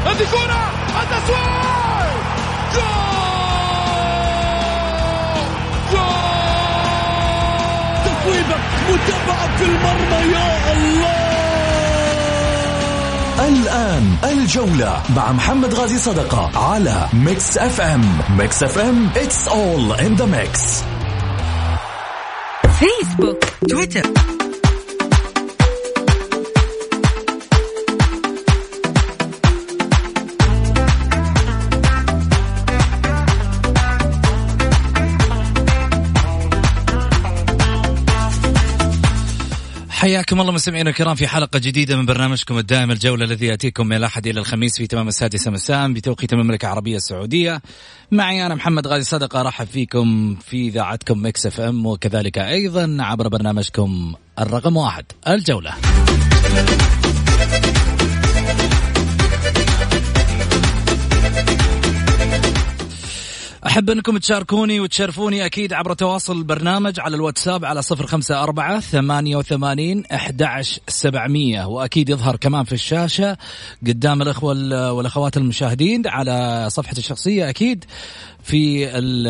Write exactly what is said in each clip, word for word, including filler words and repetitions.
هذه كرة التسويق جول جول تقريبا متابعة في المرمى يا الله. الآن الجولة مع محمد غازي صدقة على ميكس اف ام. ميكس اف ام it's all in the mix. فيسبوك، تويتر، حياكم الله مستمعينا الكرام في حلقة جديدة من برنامجكم الدائم الجولة الذي يأتيكم من الأحد إلى الخميس في تمام السادسة مساء بتوقيت المملكة العربية السعودية. معي أنا محمد غازي صدقة، أرحب فيكم في إذاعتكم ميكس اف ام وكذلك أيضا عبر برنامجكم الرقم واحد الجولة. أحب أنكم تشاركوني وتشرفوني أكيد عبر تواصل البرنامج على الواتساب على صفر خمسة أربعة ثمانية وثمانين أحد عشر سبعمية، وأكيد يظهر كمان في الشاشة قدام الأخوة والأخوات المشاهدين على صفحة الشخصية أكيد في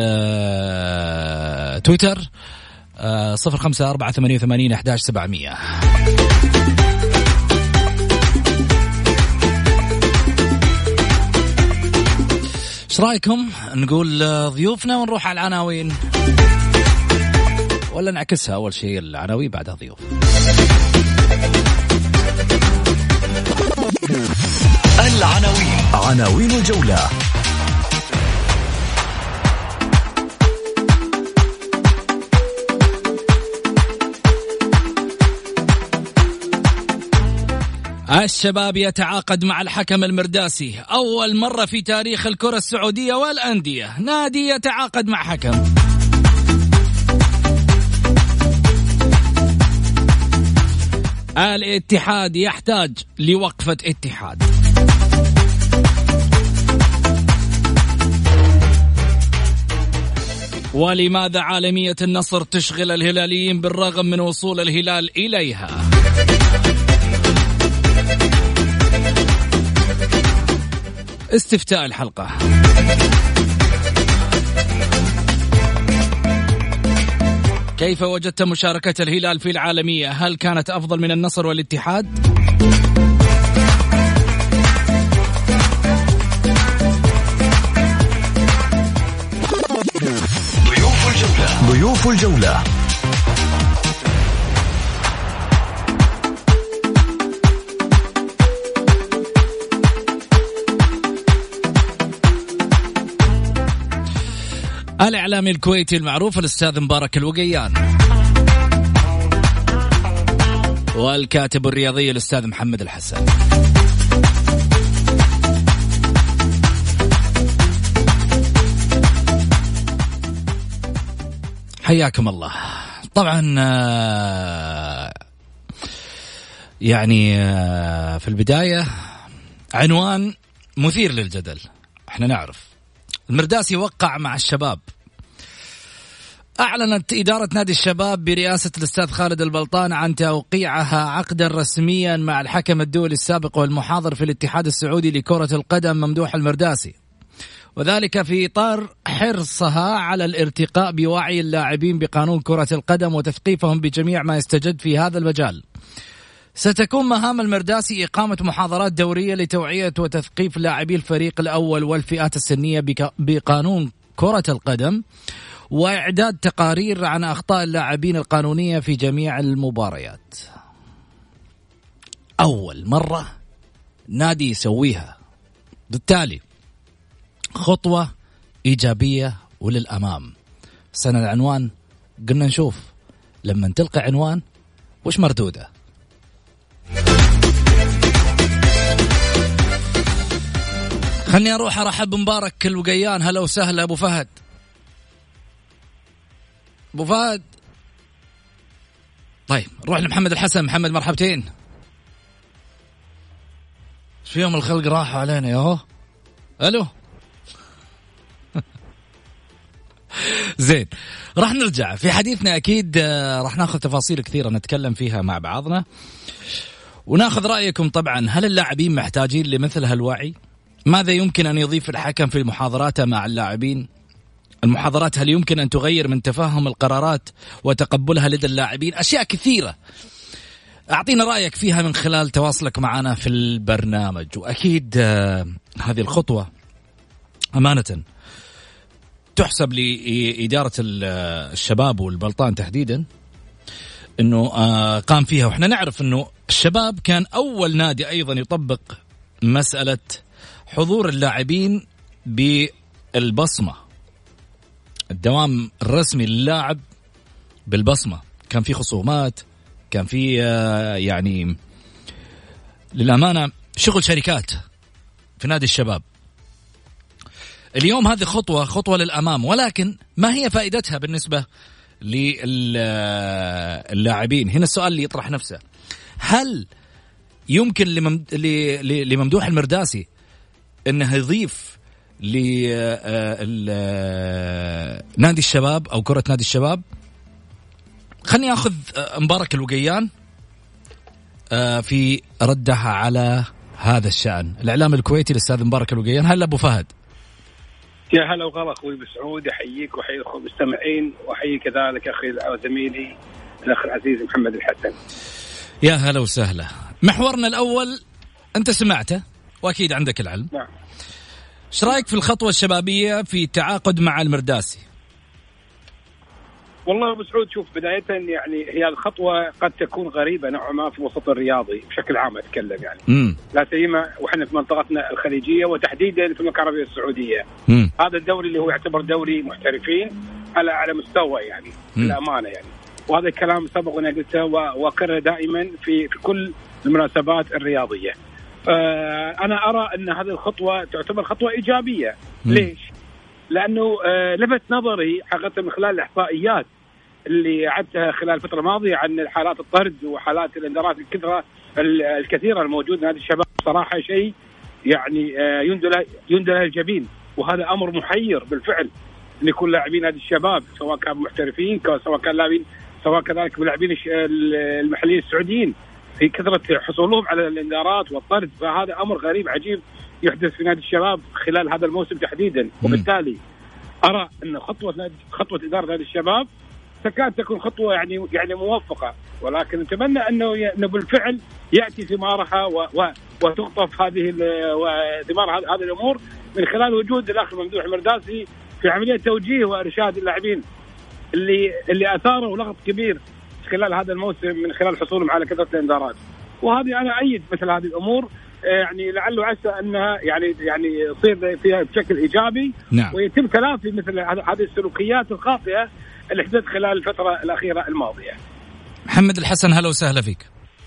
التويتر صفر خمسة أربعة ثمانية وثمانين أحد عشر سبعمية. ايش رايكم نقول ضيوفنا ونروح على العناوين، ولا نعكسها اول شيء العناوين بعدها ضيوف؟ العناوين، عناوين الجولة. الشباب يتعاقد مع الحكم المرداسي، أول مرة في تاريخ الكرة السعودية والأندية نادي يتعاقد مع حكم. الاتحاد يحتاج لوقفة اتحاد. ولماذا عالمية النصر تشغل الهلاليين بالرغم من وصول الهلال إليها؟ استفتاء الحلقة. كيف وجدت مشاركة الهلال في العالمية؟ هل كانت أفضل من النصر والاتحاد؟ ضيوف الجولة. ضيوف الجولة. الإعلامي الكويتي المعروف الأستاذ مبارك الوقيان، والكاتب الرياضي الأستاذ محمد الحسن. حياكم الله. طبعا يعني في البداية عنوان مثير للجدل. احنا نعرف المرداسي وقع مع الشباب. أعلنت إدارة نادي الشباب برئاسة الأستاذ خالد البلطان عن توقيعها عقدا رسميا مع الحكم الدولي السابق والمحاضر في الاتحاد السعودي لكرة القدم ممدوح المرداسي، وذلك في إطار حرصها على الارتقاء بوعي اللاعبين بقانون كرة القدم وتثقيفهم بجميع ما يستجد في هذا المجال. ستكون مهام المرداسي إقامة محاضرات دورية لتوعية وتثقيف لاعبي الفريق الأول والفئات السنية بقانون كرة القدم، وإعداد تقارير عن أخطاء اللاعبين القانونية في جميع المباريات. أول مرة نادي يسويها، بالتالي خطوة إيجابية وللأمام. سنة العنوان قلنا نشوف لما تلقى عنوان وش مردوده. خلني أروح أرحب بمبارك الوقيان. هلا وسهلا أبو فهد. أبو فهد طيب نروح لمحمد الحسن. محمد مرحبتين. في يوم الخلق راحوا علينا ياهو. ألو زين، راح نرجع في حديثنا أكيد، راح ناخذ تفاصيل كثيرة نتكلم فيها مع بعضنا وناخذ رأيكم. طبعا هل اللاعبين محتاجين لمثل هالوعي؟ ماذا يمكن أن يضيف الحكم في محاضراته مع اللاعبين؟ المحاضرات هل يمكن أن تغير من تفهم القرارات وتقبلها لدى اللاعبين؟ أشياء كثيرة، أعطينا رأيك فيها من خلال تواصلك معنا في البرنامج. وأكيد هذه الخطوة أمانة تحسب لإدارة الشباب والبلطان تحديدا، أنه قام فيها. وإحنا نعرف أنه الشباب كان أول نادي أيضا يطبق مسألة حضور اللاعبين بالبصمة، الدوام الرسمي للاعب بالبصمة. كان في خصومات، كان في يعني للأمانة شغل شركات في نادي الشباب. اليوم هذه خطوة خطوة للأمام، ولكن ما هي فائدتها بالنسبة للاعبين؟ هنا السؤال اللي يطرح نفسه، هل يمكن لممدوح المرداسي أنه يضيف لنادي الشباب أو كرة نادي الشباب؟ خلني أخذ مبارك الوقيان في ردها على هذا الشأن. الإعلام الكويتي الأستاذ مبارك الوقيان. هلا أبو فهد. يا هلا وغلا أخوي بسعود، أحييك وأحيي الأخوة المستمعين، وأحيي كذلك أخي وزميلي الأخ العزيز محمد الحسن. يا هلا وسهلا. محورنا الأول أنت سمعته وأكيد عندك العلم. نعم. ايش رايك في الخطوة الشبابية في التعاقد مع المرداسي؟ والله أبو سعود، شوف بداية يعني هي الخطوة قد تكون غريبة نوعا ما في الوسط الرياضي بشكل عام أتكلم يعني مم. لا سيما وحنا في منطقتنا الخليجية وتحديدا في المملكة العربية السعودية. مم. هذا الدوري اللي هو يعتبر دوري محترفين على على مستوى يعني بالأمانة يعني، وهذا الكلام سبق وأنا قلته وأكرره دائما في في كل المناسبات الرياضية. آه أنا أرى أن هذه الخطوة تعتبر خطوة إيجابية. مم. ليش؟ لأنه آه لفت نظري حقيقة من خلال الإحصائيات اللي عدتها خلال الفترة الماضية عن حالات الطرد وحالات الانذارات الكثرة الكثيرة الموجودة في هذا الشباب. صراحة شيء يعني يندل يندل الجبين، وهذا أمر محير بالفعل أن يكون لاعبين هذا الشباب سواء كانوا محترفين سواء كان لاعبين سواء كذلك اللاعبين المحليين السعوديين في كثرة حصولهم على الانذارات والطرد. فهذا أمر غريب عجيب يحدث في نادي الشباب خلال هذا الموسم تحديدا. وبالتالي أرى أن خطوة خطوة إدارة نادي الشباب تكاد تكون خطوة يعني يعني موفقة، ولكن نتمنى أنه أنه بالفعل يأتي ثمارها وتخطف هذه ثمار هذه الأمور من خلال وجود الأخ ممدوح المرداسي في عملية توجيه وإرشاد اللاعبين اللي اللي أثاروا لغط كبير خلال هذا الموسم من خلال حصولهم على كثرة الانذارات. وهذه أنا أيد مثل هذه الأمور يعني لعله عسى أنها يعني يعني يصير فيها بشكل إيجابي. نعم. ويتم تلافي مثل هذه السلوكيات الخاطئة اللي حدثت خلال الفترة الأخيرة الماضية. محمد الحسن، هلا وسهلا فيك.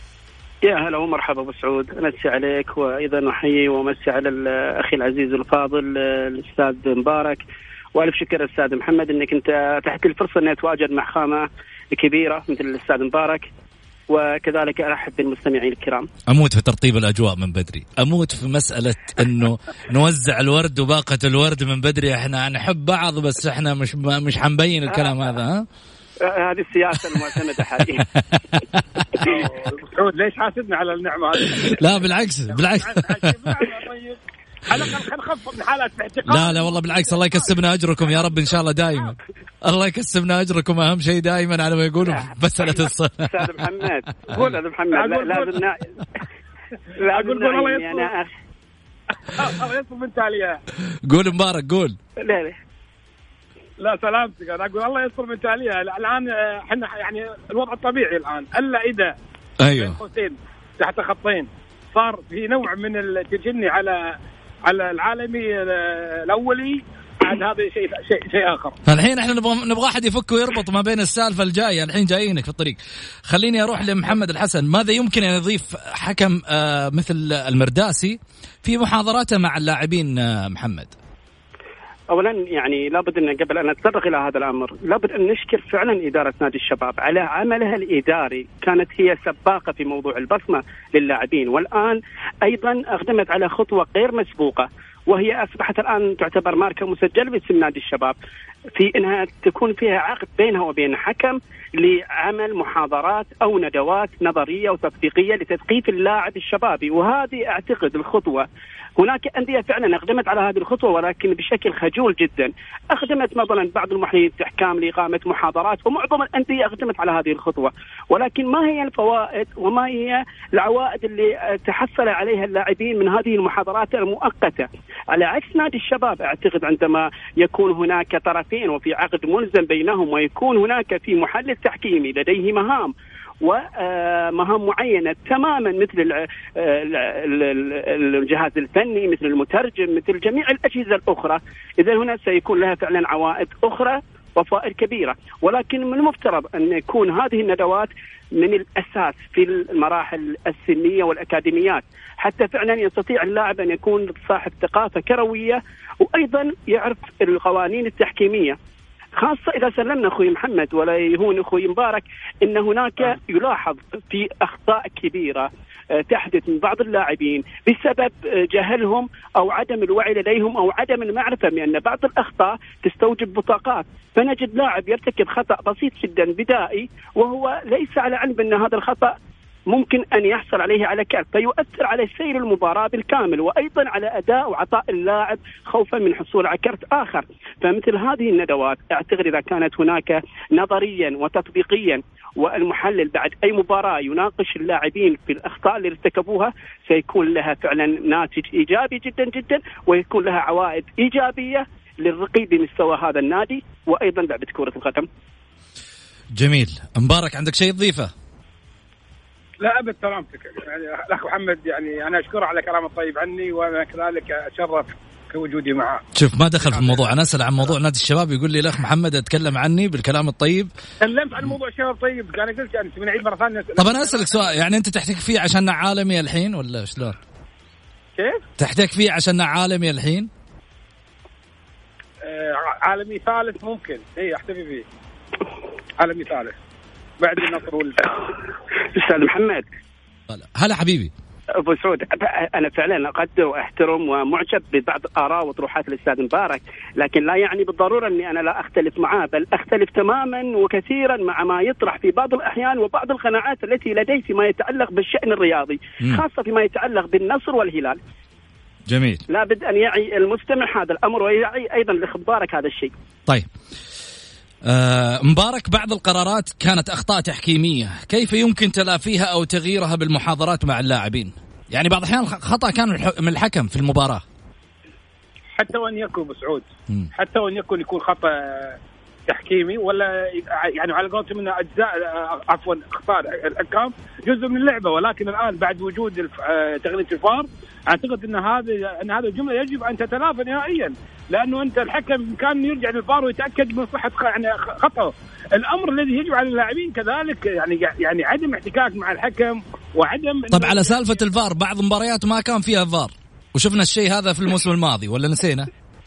يا هلا ومرحبا أبو سعود، أمسي عليك وأيضا أحيي وأمسي على الأخي العزيز الفاضل الأستاذ مبارك، وألف شكر الأستاذ محمد أنك أنت تحت الفرصة أن أتواجد مع خامة كبيرة مثل الأستاذ مبارك، وكذلك أرحب بالمستمعين الكرام. أموت في ترطيب الأجواء من بدري، أموت في مسألة أنه نوزع الورد وباقة الورد من بدري. إحنا نحب بعض بس إحنا مش مش حنبين الكلام هذا. ها هذه السياسة المعتمدة حاليا. سعود ليش حاسدنا على النعمة هذه؟ لا بالعكس بالعكس. على الأقل نخفف من حالات الاحتقان. لا لا والله بالعكس، الله يكسبنا أجركم يا رب إن شاء الله دائما. الله يكسبنا أجركم أهم شيء دائما على ما يقولوا مسألة الصلاة. أستاذ محمد قول أستاذ محمد لازم نا لا أقول قول الله يصبر يا أخي الله يصبر من تالية. قول مبارك قول. لا لا لا سلامتك، أنا أقول الله يصبر من تالية. الآن إحنا يعني الوضع الطبيعي الآن إلا إذا أيوه قوسين تحت خطين صار في نوع من التجني على على العالمي الأولي، عاد هذا شيء شيء شيء آخر. فالحين احنا نبغى نبغى أحد يفك ويربط ما بين السالفة الجاية. الحين جايينك في الطريق. خليني أروح لمحمد الحسن. ماذا يمكن أن يضيف حكم آه مثل المرداسي في محاضراته مع اللاعبين آه محمد؟ أولا يعني لابد أن قبل أن نتطرق إلى هذا الأمر لابد أن نشكر فعلا إدارة نادي الشباب على عملها الإداري. كانت هي سباقة في موضوع البصمة للاعبين، والآن أيضا أقدمت على خطوة غير مسبوقة، وهي أصبحت الآن تعتبر ماركة مسجلة باسم نادي الشباب. في أنها تكون فيها عقد بينها وبين حكم لعمل محاضرات أو ندوات نظرية وتطبيقية لتثقيف اللاعب الشبابي. وهذه أعتقد الخطوة، هناك أندية فعلا أقدمت على هذه الخطوة ولكن بشكل خجول جدا. أقدمت مثلا بعض المحللين التحكام لإقامة محاضرات، ومعظم الأندية أقدمت على هذه الخطوة، ولكن ما هي الفوائد وما هي العوائد اللي تحصل عليها اللاعبين من هذه المحاضرات المؤقتة؟ على عكس نادي الشباب، أعتقد عندما يكون هناك طرفين وفي عقد ملزم بينهم ويكون هناك في محلل تحكيمي لديه مهام ومهام معينة تماما مثل الجهاز الفني، مثل المترجم، مثل جميع الأجهزة الأخرى، إذا هنا سيكون لها فعلا عوائد أخرى وفوائد كبيرة. ولكن من المفترض أن يكون هذه الندوات من الأساس في المراحل السنية والأكاديميات، حتى فعلا يستطيع اللاعب أن يكون صاحب ثقافة كروية وأيضا يعرف القوانين التحكيمية، خاصة إذا سلمنا أخوي محمد ولا يهون أخوي مبارك أن هناك يلاحظ في أخطاء كبيرة تحدث من بعض اللاعبين بسبب جهلهم أو عدم الوعي لديهم أو عدم المعرفة، لأن بعض الأخطاء تستوجب بطاقات، فنجد لاعب يرتكب خطأ بسيط جدا بدائي وهو ليس على علم أن هذا الخطأ ممكن أن يحصل عليه على كارت، فيؤثر على سير المباراة بالكامل وأيضا على أداء وعطاء اللاعب خوفا من حصول على كارت آخر. فمثل هذه الندوات أعتقد إذا كانت هناك نظريا وتطبيقيا والمحلل بعد أي مباراة يناقش اللاعبين في الأخطاء اللي ارتكبوها، سيكون لها فعلا ناتج إيجابي جدا جدا ويكون لها عوائد إيجابية للرقي بمستوى هذا النادي وأيضا لعبة كرة القدم. جميل. مبارك، عندك شيء تضيفه؟ لا أبد، سلامتك يعني الأخ محمد، يعني أنا أشكره على كلام الطيب عني وأنا كذلك أشرف كوجودي معه. شوف ما دخل في الموضوع، أنا أسأل عن موضوع نادي الشباب يقول لي الأخ محمد أتكلم عني بالكلام الطيب. تكلمت عن موضوع الشباب طيب، أنا قلت يعني من عيد مرة ثانية. طب أنا أسألك سؤال، يعني أنت تحتك فيه عشان عالمي الحين ولا شلون؟ كيف؟ تحتك فيه عشان عالمي الحين؟ آه عالمي ثالث ممكن، إيه أحتفي فيه عالمي ثالث بعد النصر والفوز. أستاذ محمد. هلا حبيبي. أبو سعود، أنا فعلا أقدر وأحترم ومعجب ببعض آراء وطروحات الأستاذ مبارك، لكن لا يعني بالضرورة أني أنا لا أختلف معه، بل أختلف تماما وكثيرا مع ما يطرح في بعض الأحيان وبعض القناعات التي لديه فيما يتعلق بالشأن الرياضي، خاصة فيما يتعلق بالنصر والهلال. جميل. لابد أن يعي المستمع هذا الأمر ويعي أيضا الأخ مبارك هذا الشيء. طيب آه مبارك، بعض القرارات كانت أخطاء تحكيمية، كيف يمكن تلافيها أو تغييرها بالمحاضرات مع اللاعبين؟ يعني بعض الأحيان خطأ كان من الحكم في المباراة، حتى وأن يكون بسعود، حتى وأن يكون يكون خطأ تحكيمي ولا يعني على قولتهم من أجزاء عفوا أخطاء الحكام جزء من اللعبة، ولكن الآن بعد وجود تقنية الفار أعتقد أن هذا أن هذه الجملة يجب أن تتلافى نهائيا، لأنه أنت الحكم كان يرجع للفار ويتأكد من صحة يعني خطأه. الأمر الذي يجب على اللاعبين كذلك يعني يعني عدم احتكاك مع الحكم وعدم. طب على سالفة الفار، بعض المباريات ما كان فيها فار وشفنا الشيء هذا في الموسم الماضي، ولا نسينا؟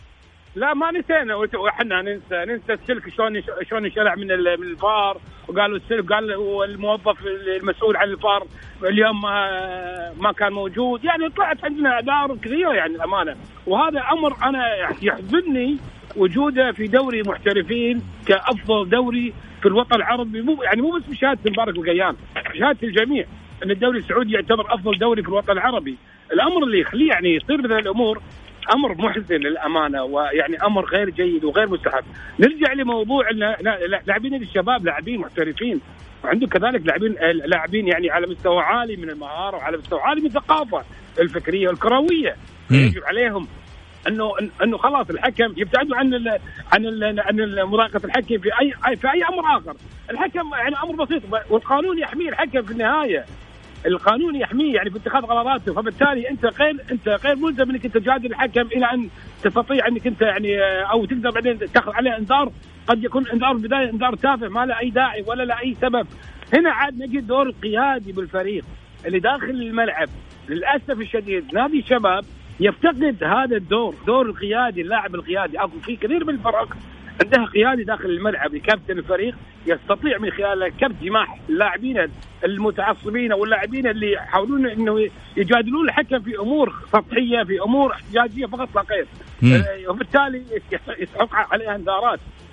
لا ما نسينا، وإحنا ننسى ننسى السلك شلون شلون يشلع من من الفار، وقالوا السلك قال الموظف المسؤول عن الفار اليوم ما ما كان موجود، يعني طلعت عندنا أعذار كثيرة يعني الأمانة، وهذا أمر أنا يحزنني وجوده في دوري محترفين كأفضل دوري في الوطن العربي، مو يعني مو بس بشهادة مبارك القيان، بشهادة الجميع أن الدوري السعودي يعتبر أفضل دوري في الوطن العربي. الأمر اللي يخليه يعني يصير مثل الأمور أمر محزن للأمانة، ويعني أمر غير جيد وغير مستحب. نرجع لموضوع لاعبين الشباب، لاعبين محترفين وعنده كذلك لاعبين لاعبين يعني على مستوى عالي من المهارة وعلى مستوى عالي من الثقافة الفكرية والكروية، يجب عليهم انه انه خلاص الحكم يبتعدوا عن ال عن ال عن مراقبه الحكم في اي في اي امر اخر. الحكم يعني امر بسيط والقانون يحميه الحكم في النهايه، القانون يحميه يعني في اتخاذ قراراته، فبالتالي انت غير انت غير ملزم انك انت تجادل الحكم الى ان تستطيع انك انت يعني او تقدر بعدين تاخذ عليه انذار، قد يكون انذار بدايه انذار تافه ما له اي داعي ولا له اي سبب. هنا عاد نجد دور القيادي بالفريق اللي داخل الملعب. للاسف الشديد نادي الشباب يفتقد هذا الدور، دور القيادي، اللاعب القيادي. اكو في كثير من الفرق عندها قيادي داخل الملعب يكابتن الفريق، يستطيع من خلال كبت جماح اللاعبين المتعصبين واللاعبين اللي يحاولون انه يجادلون الحكم في امور سطحيه، في امور احتجاجيه فقط لا غير، وبالتالي يسحق عليها انذارات.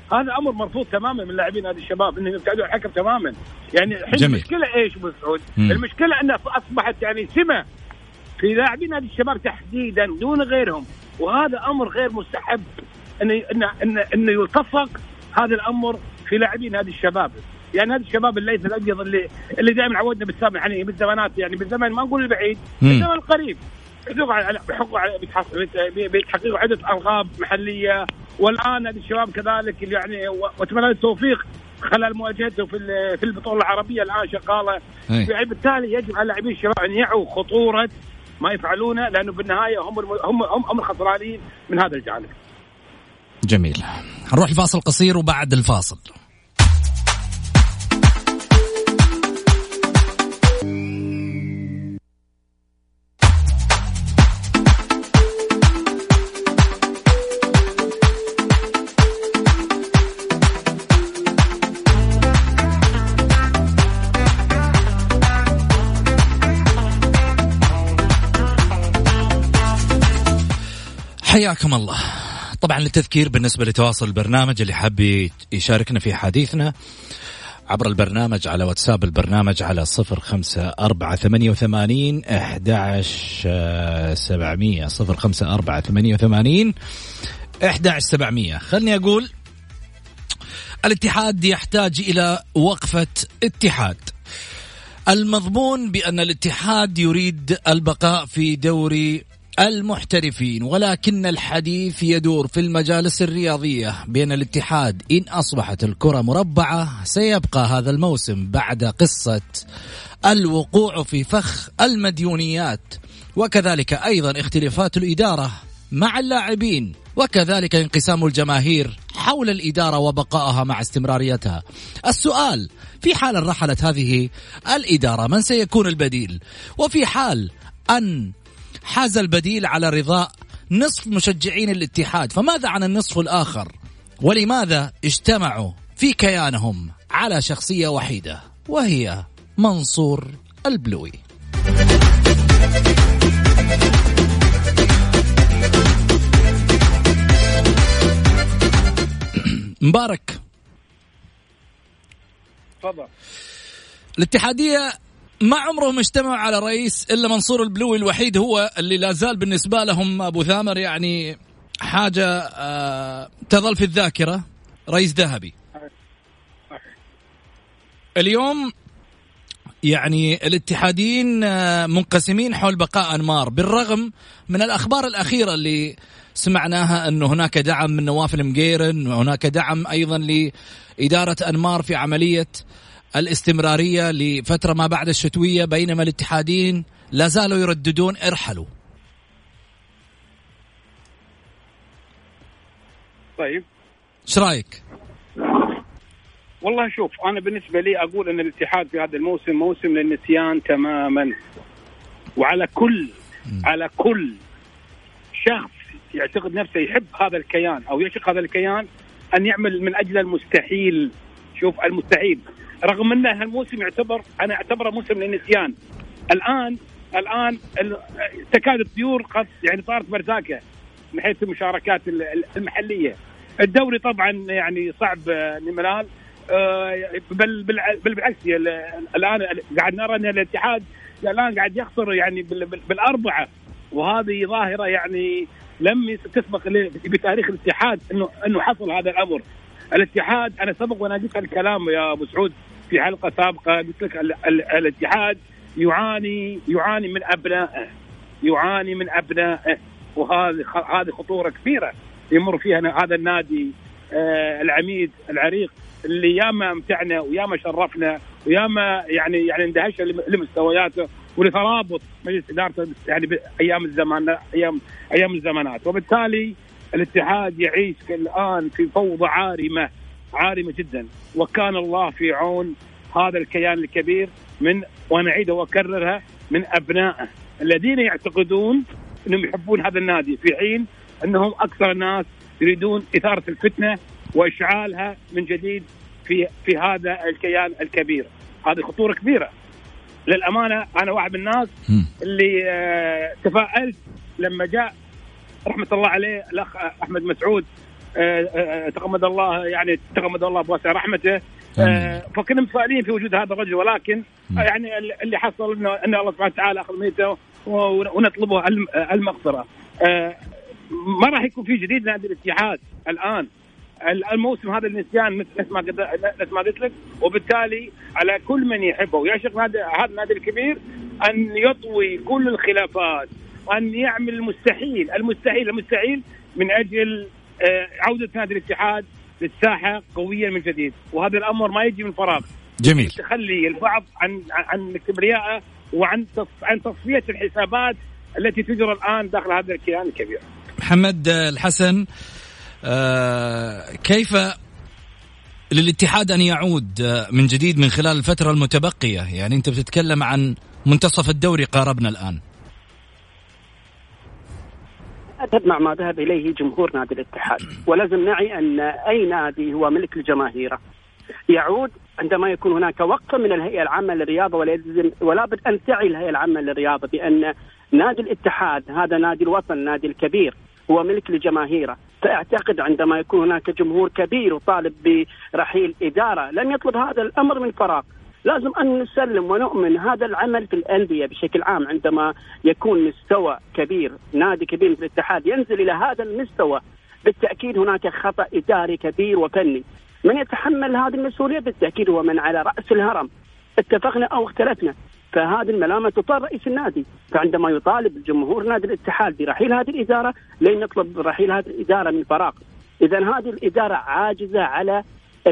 هذا امر مرفوض تماما من لاعبين هذه الشباب انهم يبتعدوا عن الحكم تماما. يعني المشكله ايش ابو سعود؟ المشكله انها اصبحت يعني سمه في لاعبين هذه الشباب تحديدا دون غيرهم، وهذا امر غير مستحب انه انه انه, إنه يلتصق هذا الامر في لاعبين هذه الشباب. يعني هذا الشباب الليث الابيض اللي اللي دائما عودنا بالسابق يعني بالزمانات، يعني بالزمان ما نقول البعيد، بالزمن القريب بيحققوا على بيحققوا على بيحققوا عده القاب محليه، والان هذه الشباب كذلك يعني واتمنى التوفيق خلال مواجهته في في البطوله العربيه الان شغاله. يعني بالتالي يجب على لاعبين الشباب ان يعوا خطوره ما يفعلونه، لانه بالنهايه هم هم هم, هم الخسرانين من هذا الجانب. جميل. نروح الفاصل قصير وبعد الفاصل حياكم الله. طبعا للتذكير بالنسبة لتواصل البرنامج اللي حاب يشاركنا في حديثنا عبر البرنامج على واتساب البرنامج على صفر خمسة أربعة ثمانية وثمانين أحد عشر سبعمية صفر خمسة أربعة ثمانية وثمانين أحد عشر سبعمية. خلني أقول الاتحاد يحتاج إلى وقفة اتحاد. المضمون بأن الاتحاد يريد البقاء في دوري المحترفين، ولكن الحديث يدور في المجالس الرياضية بين الاتحاد إن أصبحت الكرة مربعة سيبقى هذا الموسم بعد قصة الوقوع في فخ المديونيات، وكذلك أيضا اختلافات الإدارة مع اللاعبين، وكذلك انقسام الجماهير حول الإدارة وبقائها مع استمراريتها. السؤال في حال رحلت هذه الإدارة من سيكون البديل؟ وفي حال أن حاز البديل على رضاء نصف مشجعين الاتحاد فماذا عن النصف الآخر؟ ولماذا اجتمعوا في كيانهم على شخصية وحيدة وهي منصور البلوي؟ مبارك تفضل. الاتحادية ما عمرهم اجتمعوا على رئيس إلا منصور البلوي الوحيد هو اللي لا زال بالنسبة لهم أبو ثامر يعني حاجة آه تظل في الذاكرة، رئيس ذهبي. اليوم يعني الاتحادين آه منقسمين حول بقاء أنمار، بالرغم من الأخبار الأخيرة اللي سمعناها أنه هناك دعم من نواف المقيرن، وهناك دعم أيضا لإدارة أنمار في عملية الاستمرارية لفترة ما بعد الشتوية، بينما الاتحادين لا زالوا يرددون ارحلوا. طيب ايش رايك؟ والله شوف، انا بالنسبة لي اقول ان الاتحاد في هذا الموسم موسم للنسيان تماما، وعلى كل م. على كل شخص يعتقد نفسه يحب هذا الكيان او يعشق هذا الكيان ان يعمل من اجل المستحيل. شوف المستحيل، رغم ان هالموسم يعتبر انا اعتبره موسم للنسيان. الان الان تكاد الطيور قد يعني صارت مرزاقه من حيث المشاركات المحليه. الدوري طبعا يعني صعب نملال، بل بالعكس الان قاعد نرى ان الاتحاد الان قاعد يخسر يعني بالاربعه، وهذه ظاهره يعني لم تسبق بتاريخ الاتحاد انه انه حصل هذا الامر. الاتحاد انا سبق وانا قلت الكلام يا ابو سعود في حلقه سابقه، قلت لك الاتحاد يعاني يعاني من ابنائه يعاني من ابنائه وهذه هذه خطوره كبيره يمر فيها هذا النادي آه العميد العريق اللي ياما امتعنا وياما شرفنا وياما يعني يعني اندهشنا لمستوياته ولترابط مجلس ادارته يعني بايام الزمان ايام ايام الزمانات. وبالتالي الاتحاد يعيش الآن في فوضى عارمة عارمة جدا، وكان الله في عون هذا الكيان الكبير من وأنا أعيد وأكررها من أبنائه الذين يعتقدون أنهم يحبون هذا النادي، في حين أنهم أكثر الناس يريدون إثارة الفتنة وإشعالها من جديد في في هذا الكيان الكبير. هذه خطورة كبيرة للأمانة. أنا واحد من الناس اللي تفائلت لما جاء رحمة الله عليه الأخ أحمد مسعود تغمد الله يعني تغمد الله بواسع رحمته. فكنا متفائلين في وجود هذا الرجل، ولكن يعني اللي حصل انه ان الله سبحانه وتعالى اخذ ميته ونطلبه المغفره. ما راح يكون في جديد نادي الاتحاد الان الموسم هذا النسيان مثل ما مثل ما قلت لك، وبالتالي على كل من يحبه ويعشق هذا النادي الكبير ان يطوي كل الخلافات وان يعمل المستحيل المستحيل المستحيل من اجل عوده نادي الاتحاد للساحه قويا من جديد. وهذا الامر ما يجي من فراغ. جميل. تخلي البعض عن عن كبريائه وعن عن تصفيه الحسابات التي تجرى الان داخل هذا الكيان الكبير. محمد الحسن، آه كيف للاتحاد أن يعود من جديد من خلال الفترة المتبقية؟ يعني أنت بتتكلم عن منتصف الدوري قاربنا الآن. أذهب مع ما ذهب إليه جمهور نادي الاتحاد، ولازم نعي أن أي نادي هو ملك الجماهير يعود عندما يكون هناك وقفة من الهيئة العامة للرياضة، ولا بد أن تعي الهيئة العامة للرياضة بأن نادي الاتحاد هذا نادي الوطن، نادي الكبير، هو ملك لجماهيره. فأعتقد عندما يكون هناك جمهور كبير وطالب برحيل إدارة لم يطلب هذا الأمر من فراغ. لازم أن نسلم ونؤمن هذا العمل في الأندية بشكل عام. عندما يكون مستوى كبير، نادي كبير مثل الاتحاد ينزل إلى هذا المستوى، بالتأكيد هناك خطأ إداري كبير وفني. من يتحمل هذه المسؤولية بالتأكيد هو من على رأس الهرم، اتفقنا أو اختلفنا. فهذه الملامة تطال رئيس النادي. فعندما يطالب جمهور نادي الاتحاد برحيل هذه الإدارة لن نطلب رحيل هذه الإدارة من فراغ. إذا هذه الإدارة عاجزة على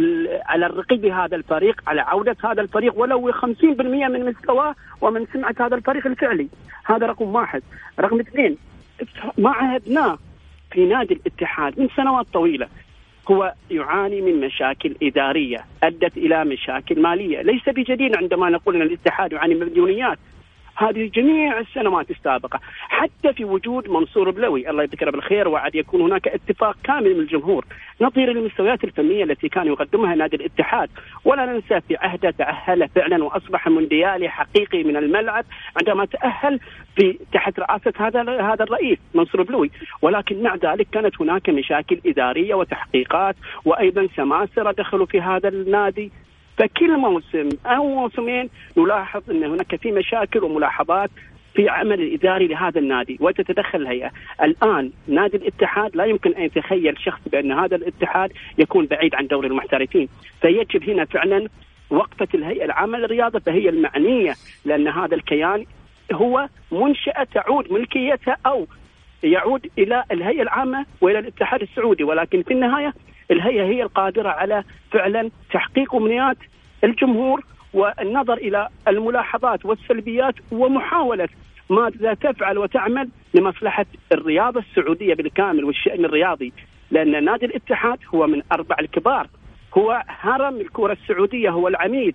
على الرقي بهذا الفريق، على عودة هذا الفريق ولو خمسين بالمئة من مستواه ومن سمعة هذا الفريق الفعلي. هذا رقم واحد. رقم اثنين، ما عهدناه في نادي الاتحاد من سنوات طويلة هو يعاني من مشاكل إدارية أدت إلى مشاكل مالية. ليس بجديد عندما نقول أن الاتحاد يعاني من مليونيات، هذه جميع السنوات السابقة. حتى في وجود منصور بلوي الله يذكره بالخير وعد يكون هناك اتفاق كامل من الجمهور نظير المستويات الفنية التي كان يقدمها نادي الاتحاد. ولا ننسى في عهده تأهل فعلا وأصبح مونديالي حقيقي من الملعب عندما تأهل في تحت رئاسة هذا هذا الرئيس منصور بلوي. ولكن مع ذلك كانت هناك مشاكل إدارية وتحقيقات، وأيضا سماسرة دخلوا في هذا النادي. فكل موسم أو موسمين نلاحظ أن هناك في مشاكل وملاحظات في عمل الإداري لهذا النادي وتتدخل الهيئة. الآن نادي الاتحاد لا يمكن أن يتخيل شخص بأن هذا الاتحاد يكون بعيد عن دوري المحترفين. فيجب هنا فعلا وقفة الهيئة العامة للرياضة، فهي المعنية، لأن هذا الكيان هو منشأة تعود ملكيتها أو يعود إلى الهيئة العامة وإلى الاتحاد السعودي. ولكن في النهاية الهيئة هي القادرة على فعلا تحقيق أمنيات الجمهور والنظر إلى الملاحظات والسلبيات ومحاولة ماذا تفعل وتعمل لمصلحة الرياضة السعودية بالكامل والشأن الرياضي. لأن نادي الاتحاد هو من أربع الكبار، هو هرم الكرة السعودية، هو العميد،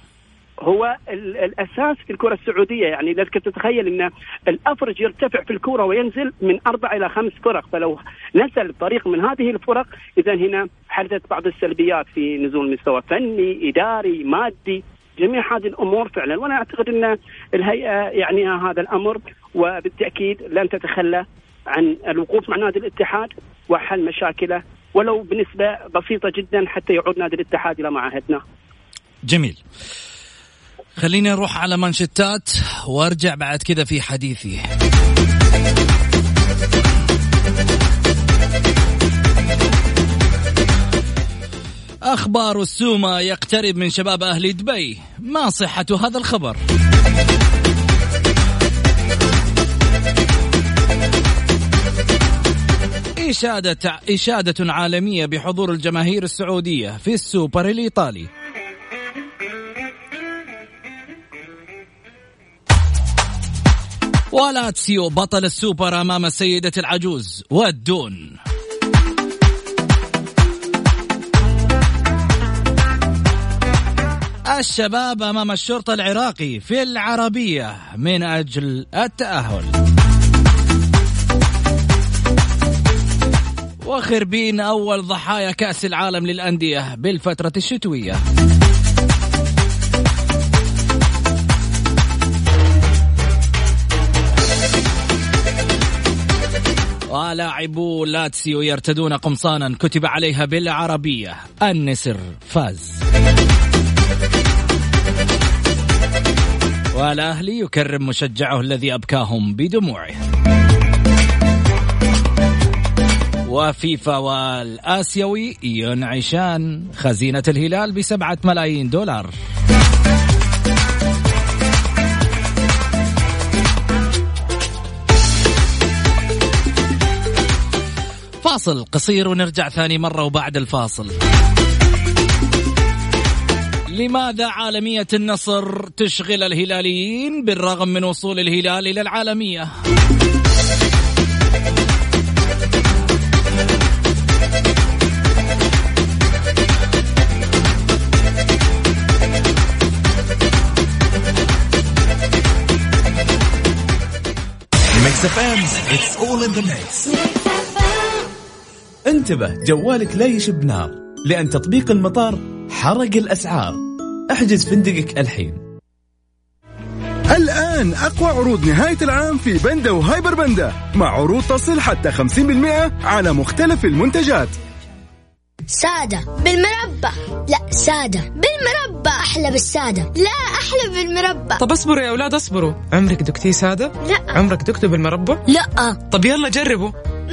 هو الأساس في الكرة السعودية. يعني لك تتخيل أن الأفرج يرتفع في الكرة وينزل من أربع إلى خمس فرق، فلو نزل فريق من هذه الفرق إذا هنا حدثت بعض السلبيات في نزول مستوى فني إداري مادي، جميع هذه الأمور فعلا. وأنا أعتقد أن الهيئة يعنيها هذا الأمر، وبالتأكيد لن تتخلى عن الوقوف مع نادي الاتحاد وحل مشاكله ولو بنسبة بسيطة جدا حتى يعود نادي الاتحاد إلى ما عهدناه. جميل. خليني أروح على مانشيتات وارجع بعد كذا في حديثي. أخبار السومة يقترب من شباب أهل دبي، ما صحة هذا الخبر؟ إشادة إشادة عالمية بحضور الجماهير السعودية في السوبر الإيطالي. ولاتسيو بطل السوبر أمام السيدة العجوز والدون. الشباب أمام الشرطة العراقي في العربية من أجل التأهل. وخربين أول ضحايا كأس العالم للأندية بالفترة الشتوية. ولاعبو لاتسيو يرتدون قمصانا كتب عليها بالعربية النسر فاز. والأهلي يكرم مشجعه الذي أبكاهم بدموعه. وفيفا والآسيوي ينعشان خزينة الهلال بسبعة ملايين دولار. فاصل قصير ونرجع ثاني مرة. وبعد الفاصل، لماذا عالمية النصر تشغل الهلاليين بالرغم من وصول الهلال إلى العالمية؟ ميكس اف ام it's all in the mix. انتبه، جوالك لا يشب نار لأن تطبيق المطار حرق الأسعار. احجز فندقك الحين. الآن أقوى عروض نهاية العام في بندا وهايبر بندا، مع عروض تصل حتى خمسين بالمئة على مختلف المنتجات. سادة بالمربى، لا سادة بالمربى أحلى بالسادة، لا أحلى بالمربى. طب اصبروا يا أولاد اصبروا، عمرك دكتي سادة؟ لا. عمرك دكتو بالمربى؟ لا. طب يلا جربوا.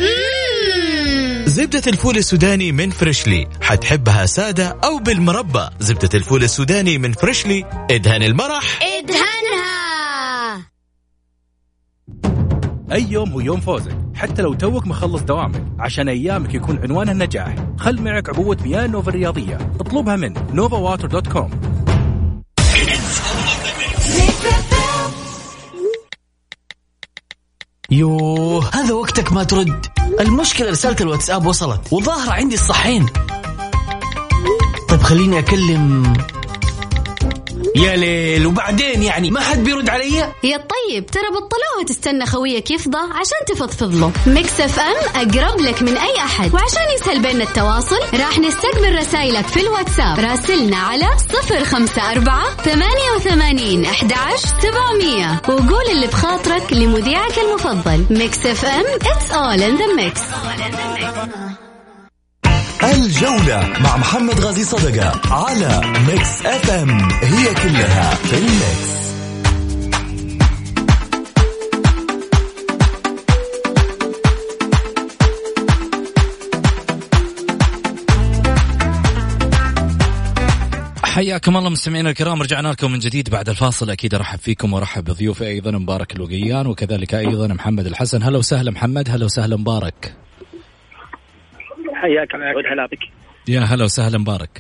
زبدة الفول السوداني من فريشلي، حتحبها سادة أو بالمربى. زبدة الفول السوداني من فريشلي، ادهن المرح ادهنها. أي يوم ويوم فوزك، حتى لو توك مخلص دوامك، عشان أيامك يكون عنوانها النجاح. خل معك عبوة مياه نوفا الرياضية، اطلبها من نوفا واتر دوت كوم. يوه، هذا وقتك ما ترد. المشكلة رسالة الواتساب وصلت وظاهرة عندي الصحين. طيب خليني أكلم يا ليل، وبعدين يعني ما حد بيرد علي. يا طيب ترى بطلوها وتستنى خويك يفضى عشان تفضفض له. ميكس اف ام أقرب لك من أي أحد، وعشان يسهل بيننا التواصل راح نستقبل رسائلك في الواتساب. راسلنا على صفر خمسة أربعة ثمانية وثمانين أحد عشر سبعمية وقول اللي بخاطرك لمذيعك المفضل. ميكس اف ام it's all in the mix. الجولة مع محمد غازي صدقة على ميكس اف ام، هي كلها في الميكس. حياكم الله مستمعينا الكرام، رجعنا لكم من جديد بعد الفاصل. أكيد أرحب فيكم وأرحب بضيوفي أيضا مبارك الوقيان وكذلك أيضا محمد الحسن. هلا وسهلا محمد. هلا وسهلا مبارك. حياك الله، هلا بك. يا هلا وسهلا مبارك.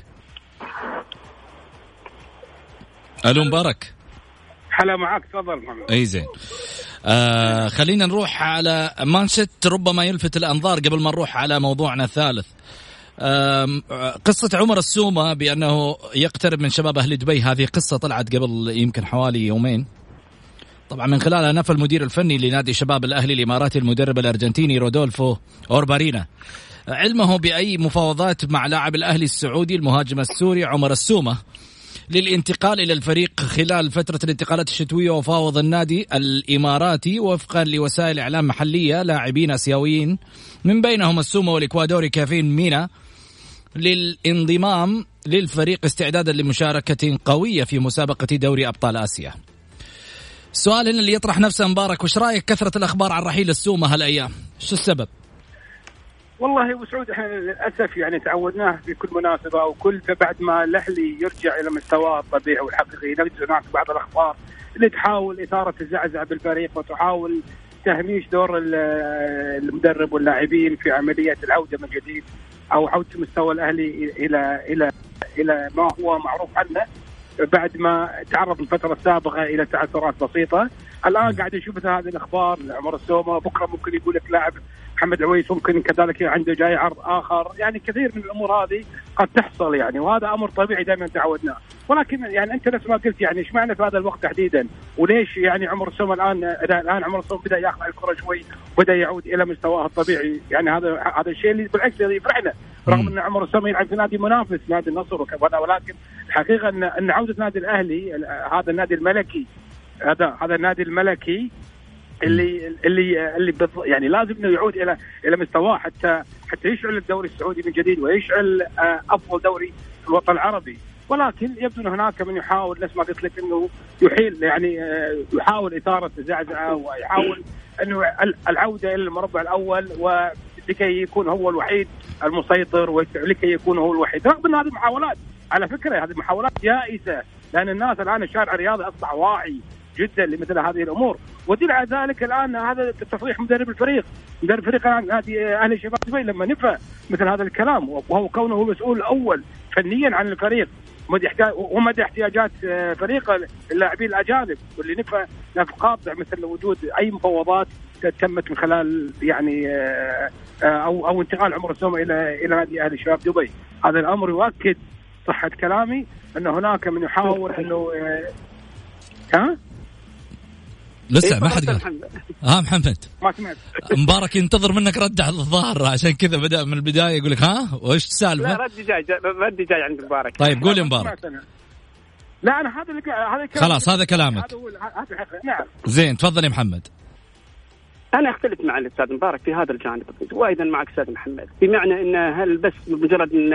ألو مبارك. هلا معك، تفضل محمد. أي زين. آه خلينا نروح على مانشيت ربما يلفت الأنظار قبل ما نروح على موضوعنا الثالث. قصة عمر السومة بأنه يقترب من شباب أهل دبي، هذه قصة طلعت قبل يمكن حوالي يومين. طبعا من خلالها نفى المدير الفني لنادي شباب الأهلي الإماراتي المدرب الأرجنتيني رودولفو أوربارينا علمه بأي مفاوضات مع لاعب الأهلي السعودي المهاجم السوري عمر السومة للانتقال إلى الفريق خلال فترة الانتقالات الشتوية. وفاوض النادي الإماراتي وفقا لوسائل إعلام محلية لاعبين آسيويين من بينهم السومة والإكوادوري كافين مينا للانضمام للفريق استعدادا لمشاركة قوية في مسابقة دوري أبطال آسيا. السؤال هنا اللي يطرح نفسه مبارك، وش رأيك كثرة الأخبار عن رحيل السومة هالأيام؟ شو السبب؟ والله أبو سعود احنا للأسف يعني تعودناه في كل مناسبة وكل بعد ما الأهلي يرجع إلى مستواه الطبيعي والحقيقي نجد هناك بعض الأخبار اللي تحاول إثارة الزعزعة بالفريق وتحاول تهميش دور المدرب واللاعبين في عملية العودة من جديد أو عودة مستوى الأهلي إلى إلى إلى ما هو معروف عنه بعد ما تعرض الفترة السابقة إلى تعثرات بسيطة. الآن قاعد نشوف هذه الأخبار لعمر السومة، بكرة ممكن يقول لك لاعب محمد عويس ممكن كذلك عنده جاي عرض آخر، يعني كثير من الأمور هذه قد تحصل يعني، وهذا أمر طبيعي دائما تعودناه. ولكن يعني أنت نفس ما قلت يعني إيش معنى في هذا الوقت تحديدا، وليش يعني عمر السومة الآن الآن عمر السومة بدأ يأخذ الكرة شوي وبدأ يعود إلى مستواه الطبيعي، يعني هذا هذا الشيء اللي بالعكس يفرحنا رغم أن عمر السومة يلعب في نادي منافس نادي النصر وكذا، ولكن الحقيقة أن أن عودة نادي الأهلي هذا النادي الملكي هذا هذا النادي الملكي اللي اللي اللي يعني لازم انه يعود الى الى مستواه حتى حتى يشعل الدوري السعودي من جديد ويشعل افضل دوري في الوطن العربي. ولكن يبدو ان هناك من يحاول نفس ما قلت لك انه يحيل يعني يحاول اثاره زعزعه ويحاول انه العوده الى المربع الاول ولكي يكون هو الوحيد المسيطر ولكي يكون هو الوحيد، رغم ان هذه محاولات على فكره هذه محاولات يائسه، لان الناس الان الشارع الرياضي اصبح واعي جدا لمثل هذه الامور. ودليل على ذلك الان هذا تصريح مدرب الفريق مدرب الفريق نادي اهلي شباب دبي لما نفى مثل هذا الكلام، وهو كونه هو المسؤول الاول فنيا عن الفريق ومدى احتياجات فريق اللاعبين الاجانب، واللي نفى نفى قاطع مثل وجود اي مفاوضات تمت من خلال يعني او او انتقال عمر السومه الى الى نادي اهلي شباب دبي. هذا الامر يؤكد صحه كلامي ان هناك من يحاول انه ها لسه ما حد قال. ها محمد ما سمعت. مبارك ينتظر منك رد على الظاهر عشان كذا بدأ من البداية يقول لك ها وإيش السالفة؟ لا ردي جاي ردي جاي عند مبارك. طيب قول يا مبارك. لا أنا هذا هذا خلاص هذا كلامك. هذا نعم. زين تفضل يا محمد. أنا أختلف مع الأستاذ مبارك في هذا الجانب وأيضا معك أستاذ محمد، بمعنى أن هل بس مجرد أن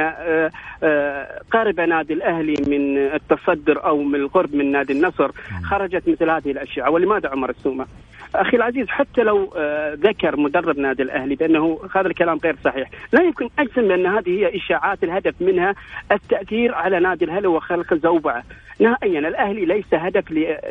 قارب نادي الأهلي من التصدر أو من القرب من نادي النصر خرجت مثل هذه الأشياء؟ ولماذا عمر السومة؟ أخي العزيز حتى لو ذكر مدرب نادي الأهلي بأنه هذا الكلام غير صحيح، لا يمكن أجزم بأن هذه هي إشاعات الهدف منها التأثير على نادي الأهلي وخلق زوبعة. نهائيا الأهلي ليس هدف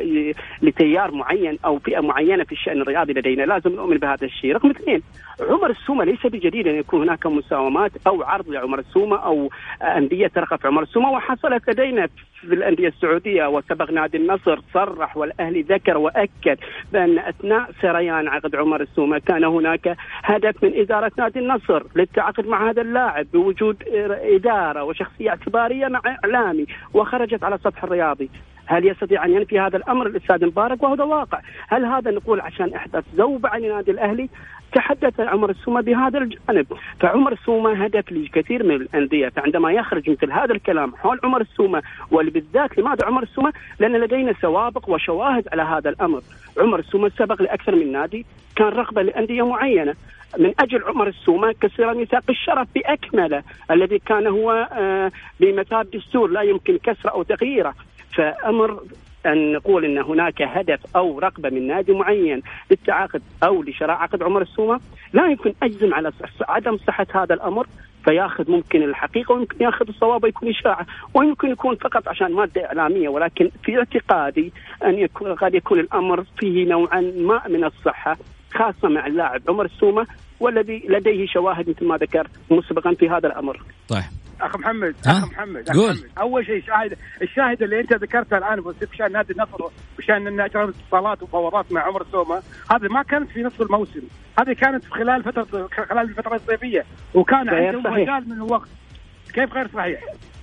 لتيار معين أو فئة معينة في الشأن الرياضي لدينا، لازم نؤمن بهذا الشيء. رقم اثنين، عمر السومة ليس بجديد أن يكون هناك مساومات أو عرض لعمر السومة أو أندية ترغب في عمر السومة، وحصلت لدينا في الأندية السعودية. وسبق نادي النصر صرح والأهلي ذكر وأكد بأن أثناء سريان عقد عمر السومة كان هناك هدف من إدارة نادي النصر للتعاقد مع هذا اللاعب بوجود إدارة وشخصية اعتبارية مع إعلامي وخرجت على السطح الرياضي. هل يستطيع أن ينفي هذا الأمر الأستاذ مبارك؟ وهذا واقع. هل هذا نقول عشان إحداث زوبعة لنادي الأهلي؟ تحدث عمر السومة بهذا الجانب. فعمر السومة هدف لكثير من الأندية، فعندما يخرج مثل هذا الكلام حول عمر السومة وبالذات لماذا عمر السومة؟ لأن لدينا سوابق وشواهد على هذا الأمر. عمر السومة سبق لأكثر من نادي كان رغبة لأندية معينة من أجل عمر السومة كسر ميثاق الشرف بأكمله الذي كان هو بمثابة دستور لا يمكن كسره أو تغييره. فأمر أن نقول أن هناك هدف أو رغبة من نادي معين للتعاقد أو لشراء عقد عمر السومة، لا يمكن أجزم على عدم صحة هذا الأمر، فياخذ ممكن الحقيقة ويمكن ياخذ الصواب ويكون إشاعة ويمكن يكون فقط عشان مادة إعلامية. ولكن في اعتقادي أن يكون قد يكون الأمر فيه نوعا ما من الصحة، خاصة مع اللاعب عمر السومة والذي لديه شواهد مثل ما ذكر مسبقا في هذا الأمر. طيب أخ محمد أخ محمد, أخ محمد. أول شيء شاهد الشاهد اللي أنت ذكرته الآن بشأن نادي النصر وشأن أن أجرى اتصالات وفوضات مع عمر السومة، هذه ما كانت في نصف الموسم، هذه كانت في خلال فترة خلال الفترة الصيفية وكان عندهم مجال من الوقت. كيف غير صحيح؟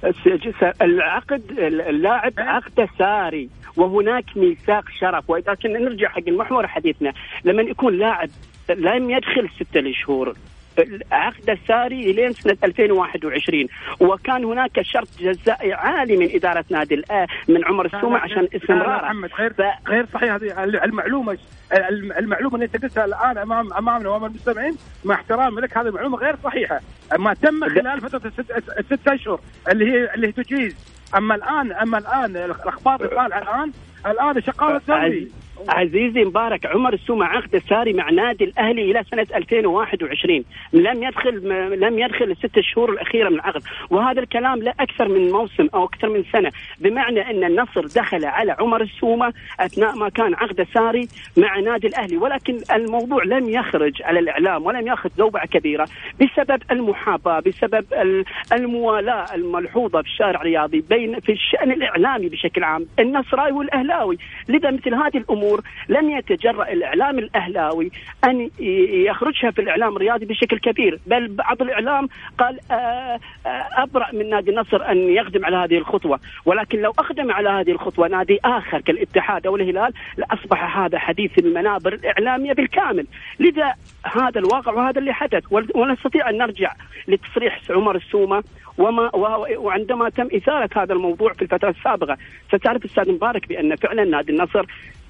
العقد اللاعب عقد ساري وهناك ميثاق شرف. وإذا كنا نرجع حق المحور حديثنا، لما يكون لاعب لم يدخل ستة شهور عقد الساري لين سنة ألفين وواحد وعشرين، وكان هناك شرط جزائي عالي من إدارة نادي الآ من عمر السومة عشان استمرار. محمد غير ف... غير صحيح هذه المعلومة المعلومة اللي أنت قلتها الآن أمام أمامنا وأمام المستمعين، مع احترام لك هذه المعلومة غير صحيحة. ما تم خلال فترة الست أشهر اللي هي اللي تجيز. أما الآن أما الآن الأخبار اللي طالعة الآن الآن شقاوة الدوري. عزيزي مبارك، عمر السومة عقد ساري مع نادي الأهلي إلى سنة ألفين وواحد وعشرين، لم يدخل لم يدخل الست شهور الأخيرة من العقد، وهذا الكلام لا أكثر من موسم أو أكثر من سنة، بمعنى أن النصر دخل على عمر السومة أثناء ما كان عقد ساري مع نادي الأهلي، ولكن الموضوع لم يخرج على الإعلام ولم يأخذ زوبعة كبيرة بسبب المحاباة، بسبب الموالاة الملحوظة في الشارع الرياضي بين في الشأن الإعلامي بشكل عام النصراوي والأهلاوي. لذا مثل هذه الأمور لم يتجرأ الإعلام الأهلاوي أن يخرجها في الإعلام الرياضي بشكل كبير، بل بعض الإعلام قال أبرأ من نادي النصر أن يقدم على هذه الخطوة. ولكن لو أقدم على هذه الخطوة نادي آخر كالاتحاد أو الهلال لأصبح هذا حديث المنابر الإعلامية بالكامل. لذا هذا الواقع وهذا اللي حدث، ونستطيع أن نرجع لتصريح عمر السومة وما وعندما تم إثارة هذا الموضوع في الفترة السابقة. ستعرف أستاذ مبارك بأن فعلا نادي النصر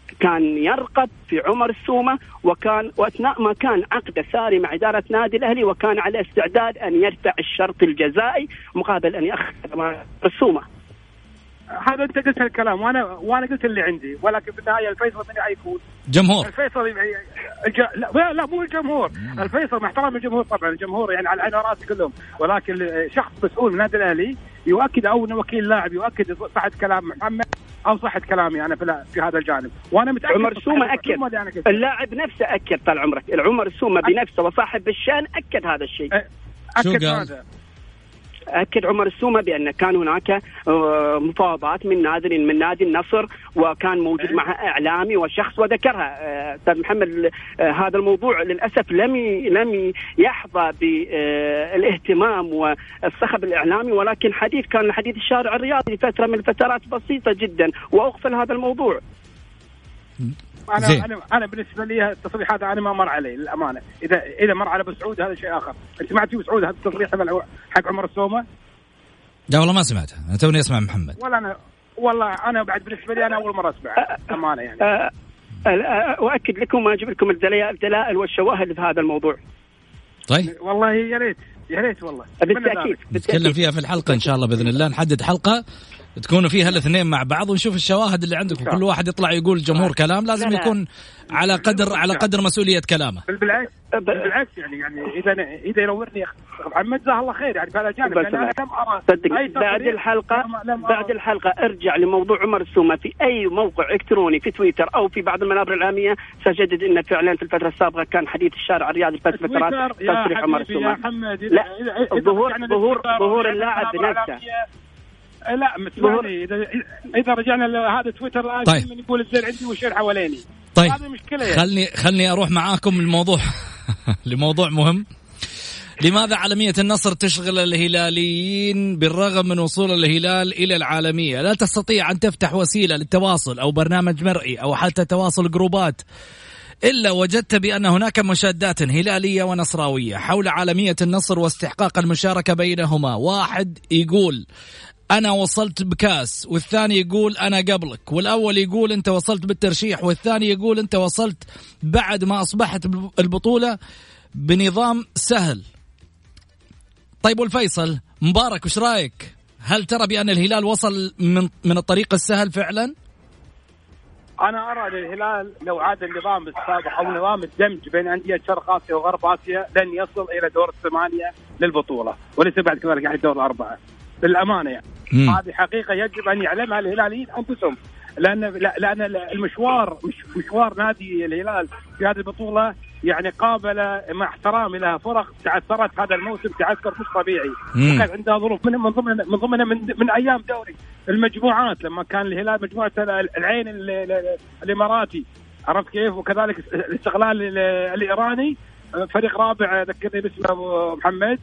كان يرقب في عمر السومة، وكان وأثناء ما كان عقده ساري مع إدارة نادي الأهلي، وكان على استعداد أن يدفع الشرط الجزائي مقابل أن يأخذ عمر السومة. هذا أنت قلت الكلام وأنا وأنا قلت اللي عندي، ولكن في النهاية الفيصل من يكون جمهور الفيصل الج... لا لا مو الجمهور، الفيصل مع احترام الجمهور طبعا، الجمهور يعني على العين والراس كلهم، ولكن شخص مسؤول من النادي الأهلي يؤكد أو وكيل لاعب يؤكد صحة كلام محمد أو صحة كلامي أنا في, في هذا الجانب، وأنا متأكد. عمر السومة أكد، اللاعب نفسه أكد طال عمرك، العمر السومة بنفسه وصاحب الشأن أكد هذا الشيء. أكد هذا أكد عمر السومة بأن كان هناك مفاوضات من نادي من نادي النصر، وكان موجود معها إعلامي وشخص وذكرها. أستاذ محمد هذا الموضوع للأسف لم لم يحظى بالاهتمام والصخب الإعلامي، ولكن حديث كان حديث الشارع الرياضي لفترة من الفترات بسيطة جدا، وأغفل هذا الموضوع. أنا زي. أنا أنا بالنسبة لي التصريح هذا أنا ما مر عليه للأمانة. إذا إذا مر على أبو سعود هذا شيء آخر. أنت سمعت أبو سعود هذا التصريح حق عمر السومة؟ لا والله ما سمعته، أنا توني أسمع محمد. ولا أنا والله أنا بعد بالنسبة لي أنا أول مرة أسمع أمانة يعني. أه أه وأكد لكم وأجيب لكم الدلائل والشواهد في هذا الموضوع. طيب. والله يا ريت يا ريت والله. بالتأكيد. نتكلم فيها في الحلقة إن شاء الله بإذن الله، نحدد حلقة تكونوا فيها الاثنين مع بعض ونشوف الشواهد اللي عندكم، وكل واحد يطلع يقول جمهور كلام لازم يكون على قدر على قدر مسؤولية كلامه. بالعكس بالعكس يعني يعني إذا إذا ينورني محمد جزاه الله خير يعني في هذا الجانب، يعني أنا لم أرى بعد الحلقة بعد الحلقة ارجع لموضوع عمر السومة في أي موقع إلكتروني في تويتر أو في بعض المنابر الإعلامية، سجدد إن فعلا في الفترة السابقة كان حديث الشارع الرياضي في فترات تصريح عمر السومة. لا ظهور ظهور ظهور اللاعب بنفسه. لا مسمعني إذا إذا رجعنا لهذا تويتر الآن طيب. من يقول الزر عندي والشير حواليني. طيب هذه مشكلة يعني. خلني خلني أروح معاكم الموضوع لموضوع مهم. لماذا عالمية النصر تشغل الهلاليين بالرغم من وصول الهلال إلى العالمية؟ لا تستطيع أن تفتح وسيلة للتواصل أو برنامج مرئي أو حتى تواصل جروبات إلا وجدت بأن هناك مشادات هلالية ونصراوية حول عالمية النصر واستحقاق المشاركة بينهما. واحد يقول أنا وصلت بكاس، والثاني يقول أنا قبلك، والأول يقول أنت وصلت بالترشيح، والثاني يقول أنت وصلت بعد ما أصبحت البطولة بنظام سهل. طيب والفيصل مبارك وش رأيك؟ هل ترى بأن الهلال وصل من من الطريق السهل فعلا؟ أنا أرى أن الهلال لو عاد النظام السابق أو نظام الدمج بين أندية شرق آسيا وغرب آسيا لن يصل إلى دور الثمانية للبطولة، وليس بعد كذلك يعني دور الأربعة بالأمانة يعني. هذه حقيقة يجب أن يعلمها الهلاليين أنفسهم، لأن لأن المشوار مش مشوار نادي الهلال في هذه البطولة يعني قابل مع احترامي لها فرق تعثرت هذا الموسم تعثر مش طبيعي، وكان عندها ظروف من من ضمن من ضمن من, من أيام دوري المجموعات لما كان الهلال مجموعة العين الإماراتي عرفت كيف، وكذلك الاستغلال الإيراني فريق رابع ذكرني باسمه محمد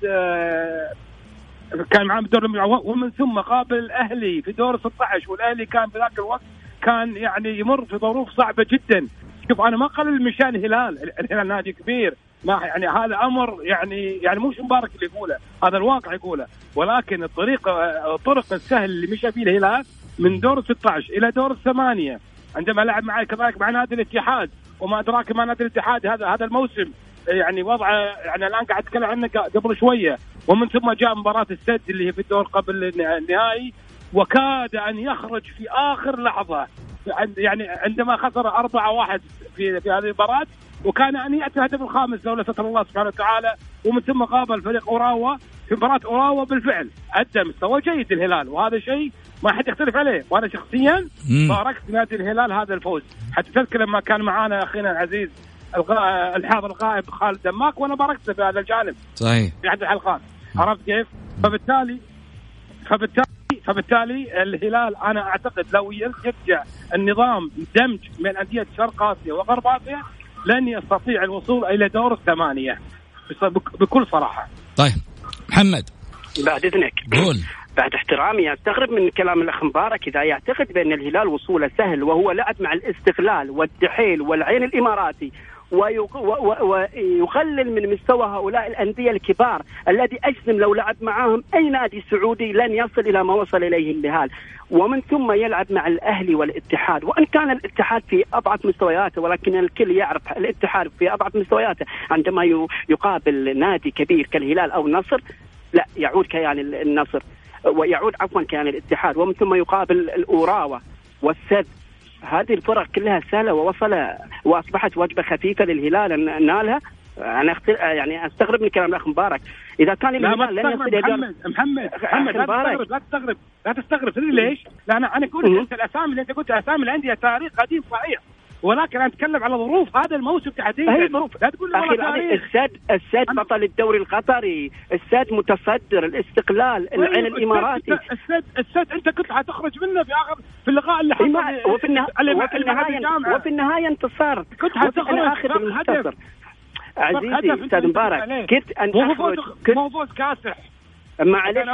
كان معاه بدور المجموعات، ومن ثم قابل الأهلي في دور ستة عشر، والأهلي كان في ذاك الوقت كان يعني يمر في ظروف صعبة جدا. شوف أنا ما قلل من شأن الهلال، الهلال نادي كبير ما يعني هذا أمر يعني يعني مش مبارك اللي يقوله، هذا الواقع يقوله، ولكن الطريقة الطرق السهل اللي مشى فيه الهلال من دور ستة عشر إلى دور الثمانية عندما لعب معي كذلك مع نادي الاتحاد، وما أدراك ما نادي الاتحاد هذا هذا الموسم يعني وضعه يعني الآن قاعد أتكلم عنه قبل شوية، ومن ثم جاء مباراة السد اللي هي في الدور قبل النهائي وكاد أن يخرج في آخر لحظة يعني عندما خسر أربعة واحد في في هذه المباراة، وكان أن يأتي الهدف الخامس لولا ستر الله سبحانه وتعالى، ومن ثم قابل فريق أوراوا في مباراة أوراوا بالفعل أدى مستوى جيد الهلال، وهذا شيء ما حد يختلف عليه، وأنا شخصيا باركت نادي الهلال هذا الفوز. حتى تذكر لما كان معانا أخينا العزيز الحاضر الغائب خالد دماك وأنا باركت في هذا الجانب صحيح في أحد الحلقات، عرفت كيف؟ فبالتالي فبالتالي فبالتالي الهلال أنا أعتقد لو يرجع النظام دمج من أندية شرق آسيا وغرب آسيا لن يستطيع الوصول إلى دور الثمانية بكل صراحة. طيب محمد بعد إذنك قول. بعد احترامي أستغرب من كلام الأخ مبارك إذا يعتقد بأن الهلال وصوله سهل وهو لعب مع الاستغلال والدحيل والعين الإماراتي ويقلل من مستوى هؤلاء الأندية الكبار الذي أجزم لو لعب معهم أي نادي سعودي لن يصل إلى ما وصل إليه الهلال، ومن ثم يلعب مع الأهلي والاتحاد. وإن كان الاتحاد في أضعف مستوياته، ولكن الكل يعرف الاتحاد في أضعف مستوياته عندما يقابل نادي كبير كالهلال أو النصر لا يعود كيان النصر ويعود عفوا كيان الاتحاد، ومن ثم يقابل الأوراوا والسد. هذه الفرق كلها سهلة ووصل وأصبحت وجبة خفيفة للهلال نالها. أنا أختل... يعني أستغرب من كلام الأخ مبارك. إذا كان الهلال لن يصل إلى محمد محمد محمد لا تستغرب لا تستغرب لا تستغرب ليش؟ لأن أنا أقول أنت الأسامي اللي أنت قلت أسامي الأندية تاريخ قديم صحيح، ولكن أنا أتكلم على ظروف هذا الموسم تحديدا. لا تقول لي السد السد بطل الدوري القطري، السد متصدر، الاستقلال، العين الإماراتي. السد السد أنت كنت حتخرج منه في آخر في اللقاء اللي حصل وفي النهاية وفي النهاية وفي النهاية انتصرت. كنت حتخرج بالمختصر عزيزي أستاذ مبارك كنت أن أخرج موضوع كاسح. معلش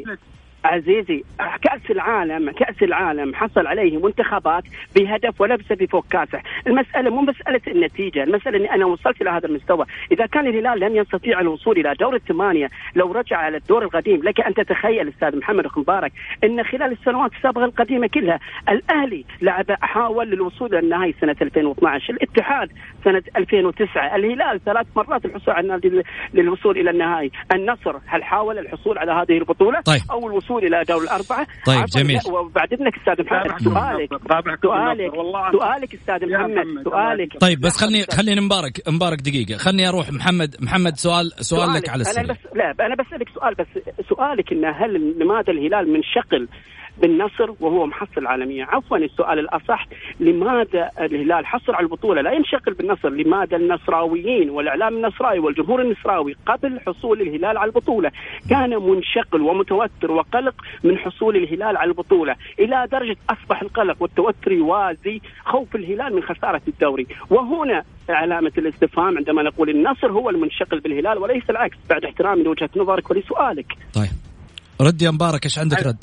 عزيزي كأس العالم كأس العالم حصل عليه منتخبات بهدف ولبس بفوق كاسح. المسألة مو مسألة النتيجة، المسألة أني أنا وصلت إلى هذا المستوى. إذا كان الهلال لن يستطيع الوصول إلى دور الثمانية لو رجع على الدور القديم، لك أن تتخيل أستاذ محمد مبارك أن خلال السنوات السابقة القديمة كلها الأهلي لعب حاول للوصول إلى النهائي سنة ألفين واثني عشر، الاتحاد سنة ألفين وتسعة، الهلال ثلاث مرات الحصول على النادي للوصول إلى النهائي، النصر هل حاول الحصول على هذه البطولة طيب. أو الوصول إلى دور الأربعة؟ طيب جميل. وبعد إذنك أستاذ محمد سؤالك سؤالك سؤالك أستاذ محمد سؤالك. طيب بس خلني خليني مبارك مبارك دقيقة خلني أروح محمد محمد سؤال سؤال لك على السريع. أنا بس لا أنا بسألك سؤال بس سؤالك إن هل لماذا الهلال منشغل بالنصر وهو محصل عالمية؟ عفوا السؤال الأصح لماذا الهلال حصل على البطولة لا ينشغل بالنصر؟ لماذا النصراويين والإعلام النصراوي والجمهور النصراوي قبل حصول الهلال على البطولة كان منشغل ومتوتر وقلق من حصول الهلال على البطولة، إلى درجة أصبح القلق والتوتر يوازي خوف الهلال من خسارة الدوري. وهنا علامة الاستفهام عندما نقول النصر هو المنشغل بالهلال وليس العكس، بعد احترام لوجهة نظرك ولسؤالك. طيب رد يا مبارك، ايش عندك رد؟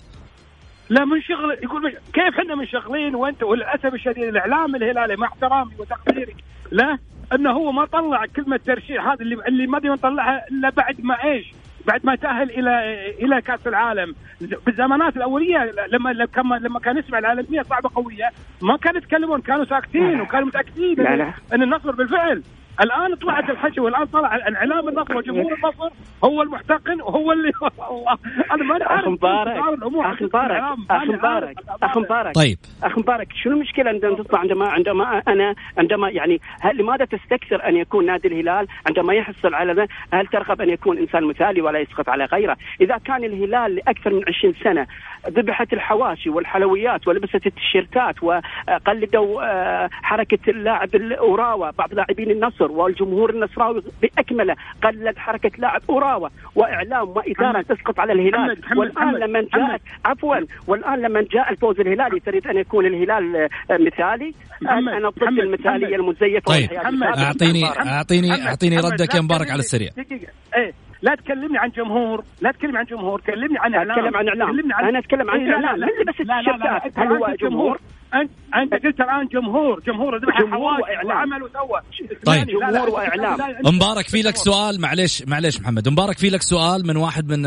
لا منشغل يقول مش... كيف احنا منشغلين وانت وللاسف الشديد الاعلام الهلالي مع احترامي وتقديري لا انه هو ما طلع كلمه ترشيح هذا اللي اللي ما دي طلعها الا بعد ما ايش بعد ما تأهل الى الى كاس العالم. بالزمانات الاوليه لما لما لما كان يسمع العالميه صعبه قويه ما كانوا يتكلمون، كانوا ساكتين وكانوا متاكدين ان النصر بالفعل. الآن طلعت الحشي والآن طلع الإعلام النصر وجمهور النصر هو المحتقن وهو اللي والله أنا ما أعرف. أخ مبارك أخ مبارك أخ مبارك أخ مبارك طيب أخ مبارك شو المشكلة عندما تطلع عندما عندما أنا عندما يعني هل لماذا تستكثر أن يكون نادي الهلال عندما يحصل على ذا؟ هل ترغب أن يكون إنسان مثالي ولا يسقط على غيره؟ إذا كان الهلال لأكثر من عشرين سنة ذبحت الحواشي والحلويات ولبست التيشيرتات وقلدوا حركة اللاعب الأوراوا بعض لاعبين النصر والجمهور النصراوي بأكمله قلد حركة لاعب أوراوا وإعلام وإدارة تسقط على الهلال. والآن لما جاء عفوا والآن لما جاء الفوز الهلالي تريد أن يكون الهلال مثالي. أنا ضد المثالية المزيفة. طيب أعطيني أعطيني أعطيني ردك يا مبارك على السريع. إيه لا تكلمني عن جمهور لا تكلمني عن جمهور كلمني عن إعلام. أتكلم عن إعلام أنا أتكلم عن إعلام لا لا بس التيشيرتات. هل هو جمهور؟ أنت أنت قلت الآن جمهور جمهور ذبح حواس وعمل وسوى. طيب جمهور وإعلام. مبارك في لك سؤال معليش معليش محمد مبارك في لك سؤال من واحد من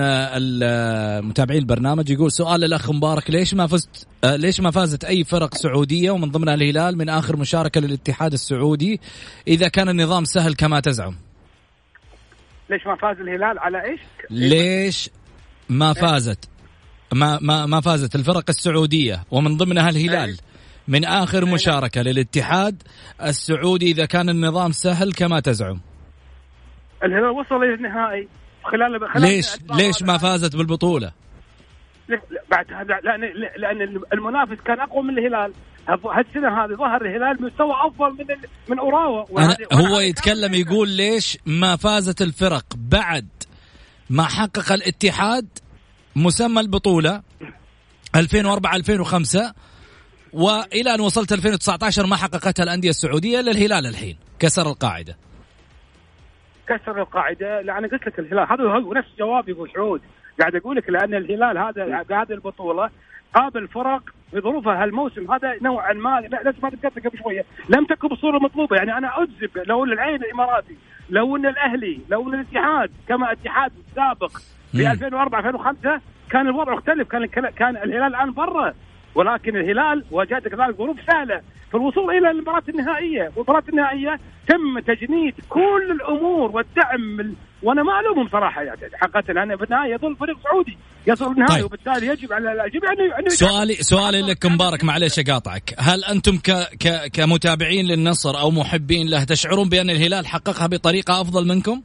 المتابعين البرنامج يقول سؤال للأخ مبارك ليش ما فزت ليش ما فازت أي فرق سعودية ومن ضمنها الهلال من آخر مشاركة للاتحاد السعودي إذا كان النظام سهل كما تزعم؟ ليش ما فاز الهلال على إيش؟ ليش ما فازت ما ما ما فازت الفرق السعودية ومن ضمنها الهلال من آخر مشاركة للاتحاد السعودي إذا كان النظام سهل كما تزعم؟ الهلال وصل للنهائي خلال, خلال ليش ليش ما فازت بالبطولة؟ بعد هذا لأن لأن المنافس كان أقوى من الهلال. هالسنة هذه ظهر الهلال مستوى أفضل من من أوراوا. هو يتكلم يقول ليش ما فازت الفرق بعد ما حقق الاتحاد مسمى البطولة ألفين وأربعة ألفين وخمسة وإلى أن وصلت ألفين وتسعة عشر ما حققتها الأندية السعودية للهلال الحين كسر القاعدة. كسر القاعدة لا أنا قلت لك الهلال هذا هو نفس جوابي أبو سعود قاعد أقول لك لأن الهلال هذا بهذه البطولة قابل فرق في ظروفها هالموسم هذا نوعا ما لازم ما تذكرت قبل شويه لم تكن بالصوره المطلوبه. يعني انا اجزم لو ان العين الاماراتي، لو ان الاهلي، لو ان الاتحاد كما اتحاد السابق في ألفين وأربعة ألفين وخمسة كان الوضع مختلف، كان كان الهلال الان برا، ولكن الهلال واجهت كذلك ظروف سهله في الوصول الى المباراه النهائيه، والمباراه النهائيه تم تجنيد كل الامور والدعم، وانا ما الومهم صراحه يعني حقيقه، لان في النهايه يظل فريق سعودي يصل النهائي. طيب. وبالتالي يجب على يجب يعني سؤالي سؤالي لك مبارك، معليش اقاطعك، هل انتم ك ك كمتابعين للنصر او محبين له تشعرون بان الهلال حققها بطريقه افضل منكم؟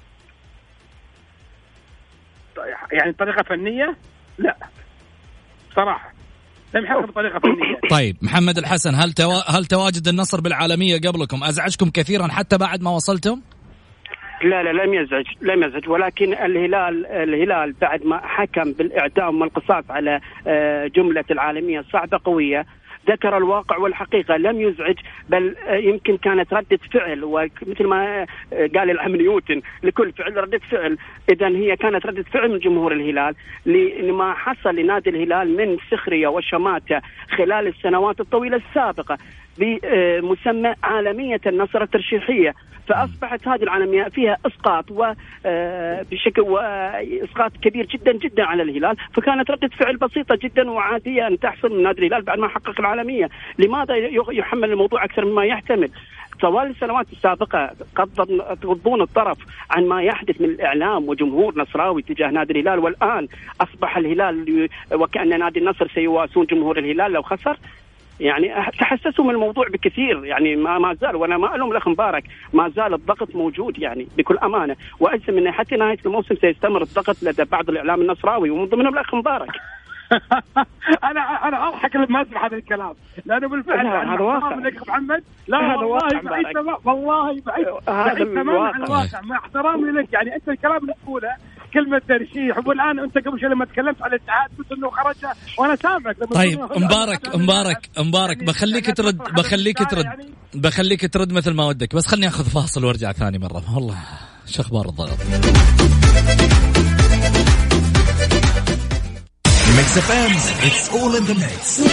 يعني طريقه فنيه لا صراحه لم يحقق بطريقه فنيه. طيب محمد الحسن، هل توا... هل تواجد النصر بالعالمية قبلكم ازعجكم كثيرا حتى بعد ما وصلتم؟ لا لا لم يزعج لم يزعج ولكن الهلال الهلال بعد ما حكم بالإعدام والقصاص على جملة العالمية صعبة قوية، ذكر الواقع والحقيقة، لم يزعج، بل يمكن كانت ردة فعل، ومثل ما قال العم نيوتن لكل فعل ردة فعل. إذن هي كانت ردة فعل من جمهور الهلال لما حصل لنادي الهلال من سخرية وشماتة خلال السنوات الطويلة السابقة بمسمى عالمية النصر الترشيحية، فأصبحت هذه العالمية فيها إسقاط وبشكل وإسقاط كبير جدا جدا على الهلال، فكانت ردة فعل بسيطة جدا وعادية أن تحصل من نادي الهلال بعد ما حقق العالمية. لماذا يحمل الموضوع أكثر مما يحتمل؟ طوال السنوات السابقة قد تغضون الطرف عن ما يحدث من الإعلام وجمهور نصراوي تجاه نادي الهلال، والآن أصبح الهلال وكأن نادي النصر سيواسون جمهور الهلال لو خسر. يعني تحسسوا من الموضوع بكثير، يعني ما ما زال، وانا ما الوم الاخ مبارك، ما زال الضغط موجود يعني بكل امانه، واجزم ان حتى نهايه الموسم سيستمر الضغط لدى بعض الاعلام النصراوي ومن ضمنهم الاخ مبارك. انا انا اضحك لما اسمع هذا الكلام، لانه بالفعل هذا واقع محمد. لا والله بعيد تمام، والله بعيد تماما عن الواقع، مع احترامي لك. يعني انت الكلام اللي تقوله كلمه ترشيح، والان انت قبل شوي لما تكلمت على الاتحاد قلت انه خرج وانا سامعك. طيب مبارك مبارك مبارك بخليك ترد بخليك ترد بخليك ترد مثل ما ودك، بس خلني اخذ فاصل وارجع ثاني مره. والله شو اخبار الضغط؟ ميكس اف ام it's all in the mix.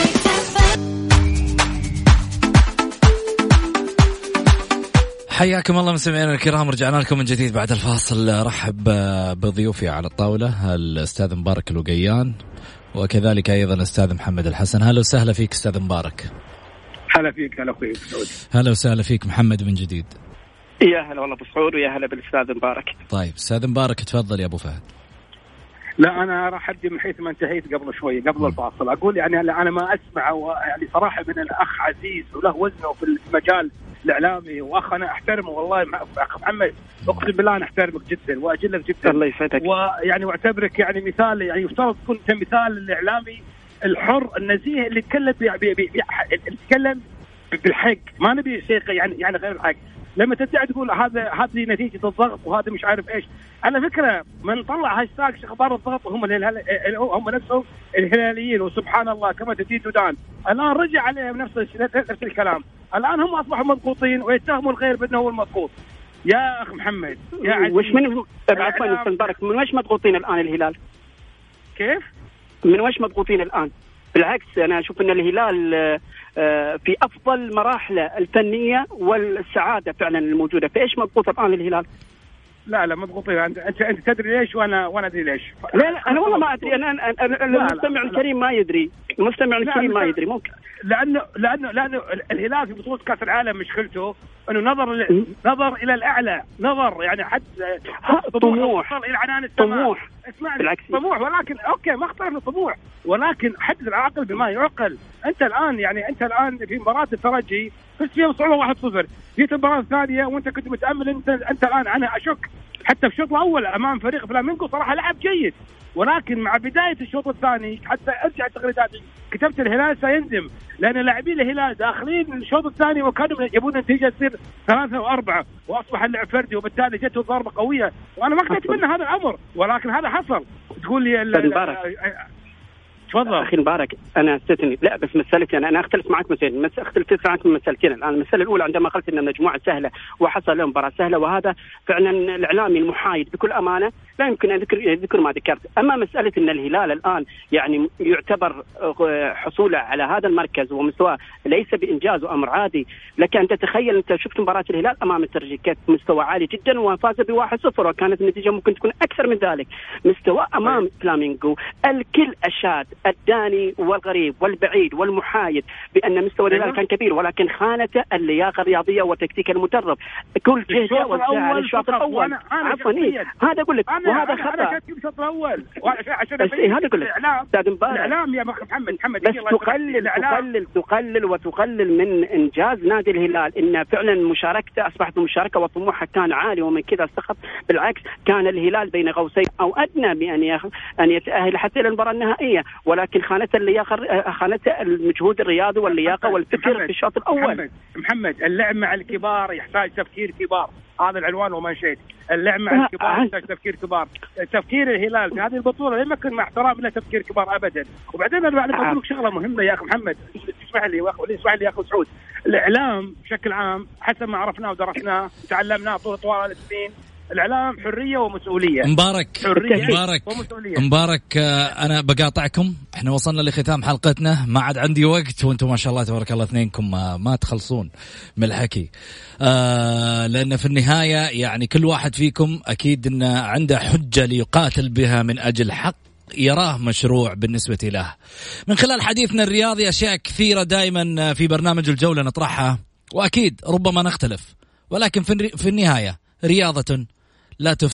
حياكم الله مستمعينا الكرام، رجعنا لكم من جديد بعد الفاصل. رحب بضيوفي على الطاولة الأستاذ مبارك الوقيان وكذلك أيضا الأستاذ محمد الحسن. هلا وسهلا فيك أستاذ مبارك. هلا فيك. هلا أخوي سعود. هلا وسهلا فيك محمد من جديد. يا هلا والله أبو سعود، ويا هلا بالأستاذ مبارك. طيب أستاذ مبارك تفضل يا أبو فهد. لا أنا راح أبدي من حيث ما انتهيت قبل شوي قبل الفاصل. أقول يعني أنا ما أسمع يعني صراحة من الأخ عزيز وله وزنه في المجال الإعلامي، وأخ أنا أحترمه والله أخ محمد، أقسم بالله أنا أحترمك جدا وأجلك جدا. الله يسعدك. ويعني واعتبرك يعني مثال، يعني يفترض تكون أنت مثال الإعلامي الحر النزيه اللي يتكلم يتكلم بالحق، ما نبي شيء يعني يعني غير الحق. لما ترجع تقول هذا هذه نتيجة الضغط وهذا مش عارف إيش، على فكرة من طلع هاشتاج أخبار الضغط هم الهلال هم نفسهم الهلاليين، وسبحان الله كما تزيد ودان الآن رجع عليهم نفس نفس الكلام. الآن هم أصبحوا مضغوطين ويتهموا الغير بأنه هو المضغوط. يا أخ محمد يا عزيز، وش من عفوا مبارك، من وش مضغوطين الآن الهلال؟ كيف؟ من وش مضغوطين الآن؟ بالعكس أنا أشوف أن الهلال في أفضل مراحله الفنية والسعادة فعلا الموجودة. فإيش مضغوط الآن الهلال؟ لا لا مضغوطين. أنت أنت تدري ليش وأنا وأنا أدري ليش. لا لا أنا والله ما أدري. أنا, أنا المستمع الكريم ما يدري، المستمع الكريم ما يدري. ممكن لأنه لأنه لأنه الهلال في بطولة كأس العالم مشكلته إنه نظر نظر إلى الأعلى، نظر يعني حد طموح إلى عنان السماء. طموح اسمعني طموح، ولكن أوكي ما اختلفنا طموح، ولكن حدد العقل بما يعقل. أنت الآن يعني أنت الآن في مباراة الترجي فزت فيها بصعوبة واحد صفر، جيت المباراة الثانية وأنت كنت متأمل أنت أنت الآن أنا أشك حتى في الشوط الأول أمام فريق فلامينغو صراحة لعب جيد، ولكن مع بداية الشوط الثاني حتى أرجع تغريداتي كتبت الهلال سيندم، لأن لاعبين الهلال داخلين الشوط الثاني وكانوا يبون نتيجة تصير ثلاثة وأربعة، وأصبح اللعب فردي وبالتالي جته ضربة قوية، وأنا ما كنت أتمنى هذا الأمر ولكن هذا حصل. تقول لي تفضل اخي مبارك. انا استثني لا بس مسالتي انا انا اختلف معك مسألتين مس اختلف معك من مسالتين. الان المساله الاولى عندما قلت ان المجموعه سهله وحصل لهم مباراه سهله، وهذا فعلا الاعلامي المحايد بكل امانه لا يمكن ان ذكر ذكر ما ذكرت. اما مساله ان الهلال الان يعني يعتبر حصوله على هذا المركز ومستواه ليس بانجاز وامر عادي، لك ان تتخيل انت شفت مباراه الهلال امام الترجي كانت مستوى عالي جدا وفاز بواحد صفر، وكانت النتيجه ممكن تكون اكثر من ذلك. مستوى امام فلامينغو الكل اشاد الداني والغريب والبعيد والمحايد بان مستوى الهلال كان كبير، ولكن خانته اللياقه الرياضيه والتكتيك المتدرب كل جهه وسعى للشوط الاول. عفوا هذا اقول لك وهذا خطا. الشوط الاول عشان هذا اقول لك الاعلام يا محمد محمد بس تقلل تقلل تقلل وتقلل من انجاز نادي الهلال، ان فعلا مشاركته اصبحت مشاركه وطموحها كان عالي، ومن كذا سقط. بالعكس كان الهلال بين قوسين او ادنى بان يخ... ان يتاهل حتى الى المباراه النهائيه، ولكن خانته اللياقه خانته المجهود الرياضي واللياقه والفكر في الشوط الاول. محمد محمد اللعب مع الكبار يحتاج تفكير كبار، هذا العنوان وما شئت. اللعب مع الكبار يحتاج تفكير كبار. تفكير الهلال في هذه البطوله لا يمكن مع احترام لا تفكير كبار ابدا. وبعدين انا بعد اقول لك شغله مهمه يا اخي محمد، اسمح لي واخي اسمح لي يا اخي سعود. الاعلام بشكل عام حسب ما عرفناه ودرسناه تعلمناه طول طوال السنين، الإعلام حرية ومسؤولية. مبارك حرية مبارك ومسؤولية. مبارك أنا بقاطعكم، احنا وصلنا لختام حلقتنا، ما عاد عندي وقت، وانتم ما شاء الله تبارك الله اثنينكم ما, ما تخلصون من الحكي. آه لأن في النهاية يعني كل واحد فيكم أكيد إن عنده حجة ليقاتل بها من أجل حق يراه مشروع بالنسبة له. من خلال حديثنا الرياضي أشياء كثيرة دائما في برنامج الجولة نطرحها، وأكيد ربما نختلف، ولكن في النهاية رياضة لا تفسد